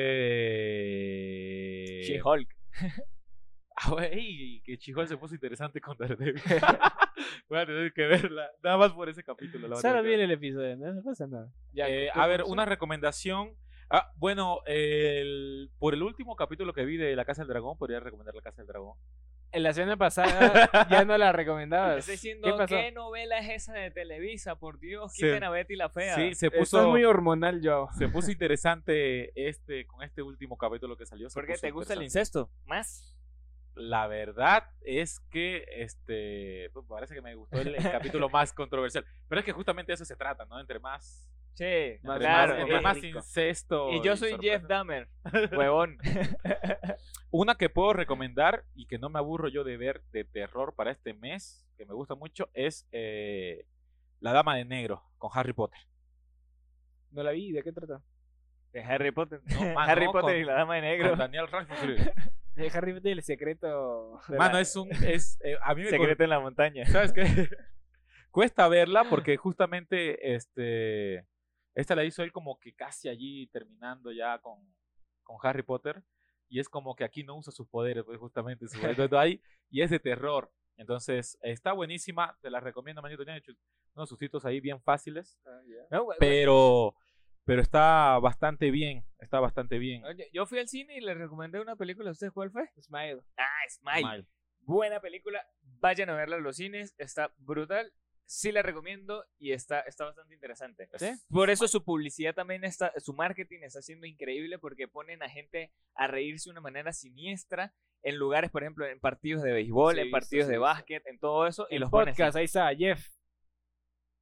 Eh... She-Hulk. Ah, güey, que Chihol se puso interesante con Daredevil. Voy a tener que verla. Nada más por ese capítulo. la voy a Solo tener que vi ver. el episodio, no, no pasa nada. Ya, Eh, ¿tú, a ver, José? una recomendación. Ah, bueno, el, por el último capítulo que vi de La Casa del Dragón, podría recomendar La Casa del Dragón. En la semana pasada ya no la recomendabas. Estoy diciendo, ¿Qué ¿qué, pasó? novela es esa de Televisa? Por Dios, Se- quiten a Betty la Fea. Sí, se Estás puso, muy hormonal, yo. se puso interesante este con este último capítulo que salió. se ¿Por qué puso te gusta el interesante. incesto? ¿Más? La verdad es que este pues, parece que me gustó el, el capítulo más controversial. Pero es que justamente de eso se trata, ¿no? Entre más, Sí, entre claro. más, entre y- más rico. incesto. y yo soy Jeff sorpresa. Dahmer, huevón. Una que puedo recomendar y que no me aburro yo de ver de terror para este mes, que me gusta mucho, es eh, La Dama de Negro con Harry Potter. No la vi, ¿de qué trata? De Harry Potter. No, mano, Harry Potter con- y la Dama de Negro. Con Daniel Radcliffe. De Harry Potter, el secreto. de Mano, la- es un es eh, a mí me Secreto en la montaña. ¿Sabes qué? Cuesta verla porque justamente este esta la hizo él como que casi allí terminando ya con, con Harry Potter y es como que aquí no usa sus poderes, pues justamente su poder ahí y es de terror. Entonces, está buenísima, te la recomiendo, manito, tiene hecho unos sustitos ahí bien fáciles, Ah, ya. No, güey, pero pero está bastante bien, está bastante bien. Oye, yo fui al cine y le recomendé una película. ¿Usted cuál fue? Smile. Ah, Smile. Mal. Buena película. Vayan a verla en los cines. Está brutal. Sí la recomiendo y está, está bastante interesante. ¿Sí? Por eso su publicidad también está, su marketing está siendo increíble porque ponen a gente a reírse de una manera siniestra en lugares, por ejemplo, en partidos de béisbol, Sí, en sí, partidos sí, de sí. básquet, en todo eso. Y El los ponen así. podcast, ahí está, Jeff.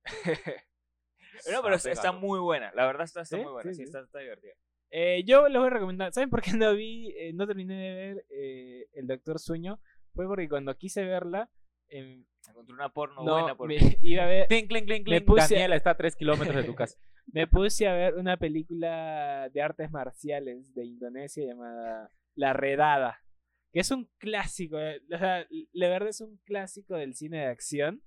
No, pero Está está pegado. muy buena. La verdad está, está ¿Sí? muy buena. Sí, Sí, sí. Está, está divertida. Eh, yo les voy a recomendar. ¿Saben por qué no vi, eh, no terminé de ver eh, El Doctor Sueño? Fue porque cuando quise verla, em, Encontré una porno no, buena. Porque... me, iba a ver, Clink, clink, clink, Me clink. puse- Daniela está a tres kilómetros de tu casa. me puse a ver una película de artes marciales de Indonesia llamada La Redada, que es un clásico. eh, O sea, la verdad es un clásico del cine de acción.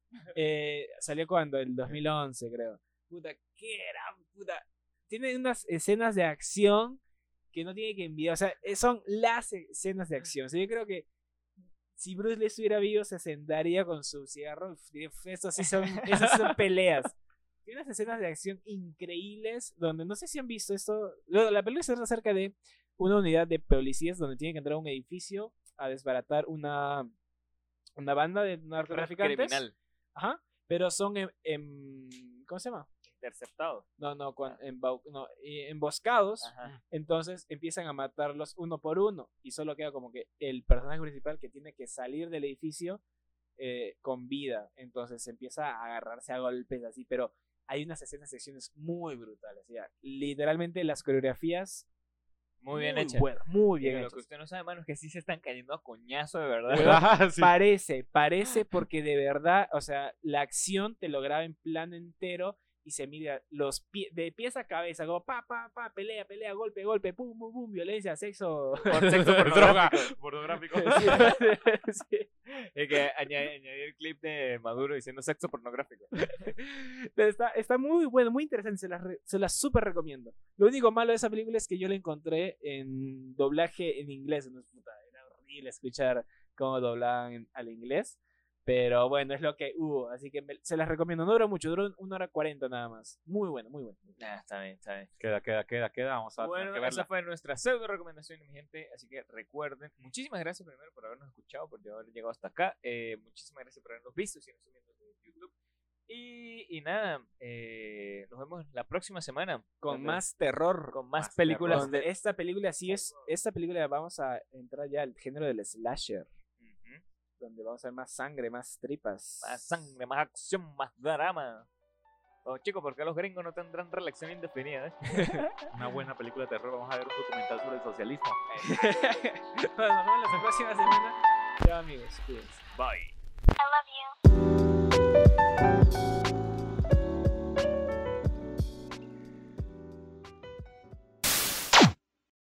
Eh, salió cuando, el dos mil once, creo. Puta, ¿qué era? Puta. Tiene unas escenas de acción que no tiene que envidiar. O sea, eh, son las escenas de acción. O sea, yo creo que si Bruce Lee estuviera vivo, se sentaría con su cigarro. Uf, diría, "Uf, Eso sí son, esas son peleas. Tiene unas escenas de acción increíbles donde no sé si han visto esto. Lo- La película se trata acerca de una unidad de policías donde tienen que entrar a un edificio a desbaratar una, una banda de narcotraficantes. criminal. Ajá. Pero son em- em- ¿cómo se llama? Interceptado. No, no, cuan- embau- no, eh, emboscados. Ajá. Entonces empiezan a matarlos uno por uno. Y solo queda como que el personaje principal que tiene que salir del edificio eh, con vida. Entonces empieza a agarrarse a golpes así. Pero hay unas escenas de acciones muy brutales. Ya. Literalmente las coreografías Muy bien hecha. buenas, muy bien Pero lo hechas. que usted no sabe, mano, es que sí se están cayendo a coñazo de verdad. Ah, sí. Parece, parece porque de verdad, o sea, la acción te lo graba en plan entero y se mira los pie- de pies a cabeza, como pa, pa, pa, pelea, pelea, golpe, golpe, pum, pum, pum, violencia, sexo. Por sexo Droga, pornográfico. pornográfico. Sí, sí. Es que añadí, añadí el clip de Maduro diciendo sexo pornográfico. Pero está, está muy bueno, muy interesante, se las re- se las súper recomiendo. Lo único malo de esa película es que yo la encontré en doblaje en inglés, no es puta, era horrible escuchar cómo doblaban en- al inglés. Pero bueno, es lo que hubo, así que me- se las recomiendo. No duró mucho, duró una hora cuarenta nada más. Muy bueno, muy bueno. Nah, está bien, está bien. Queda, queda, queda, queda. Vamos a tener Bueno, que esa verla. fue nuestra pseudo recomendación, mi gente. Así que recuerden, muchísimas gracias primero por habernos escuchado, por haber llegado hasta acá. Eh, muchísimas gracias por habernos visto, si nos están viendo desde YouTube. Y, y nada, eh, nos vemos la próxima semana Con donde- más terror. con más, más películas. Donde de- esta película sí es, esta película vamos a entrar ya al género del slasher, Ujú. donde vamos a ver más sangre, más tripas. Más sangre, más acción, más drama. Oh, chicos, ¿por qué los gringos no tendrán relación indefinida? eh? Una buena película de terror. Vamos a ver un documental sobre el socialismo. Bueno, nos vemos la próxima semana. Chao amigos, cuídense. Bye.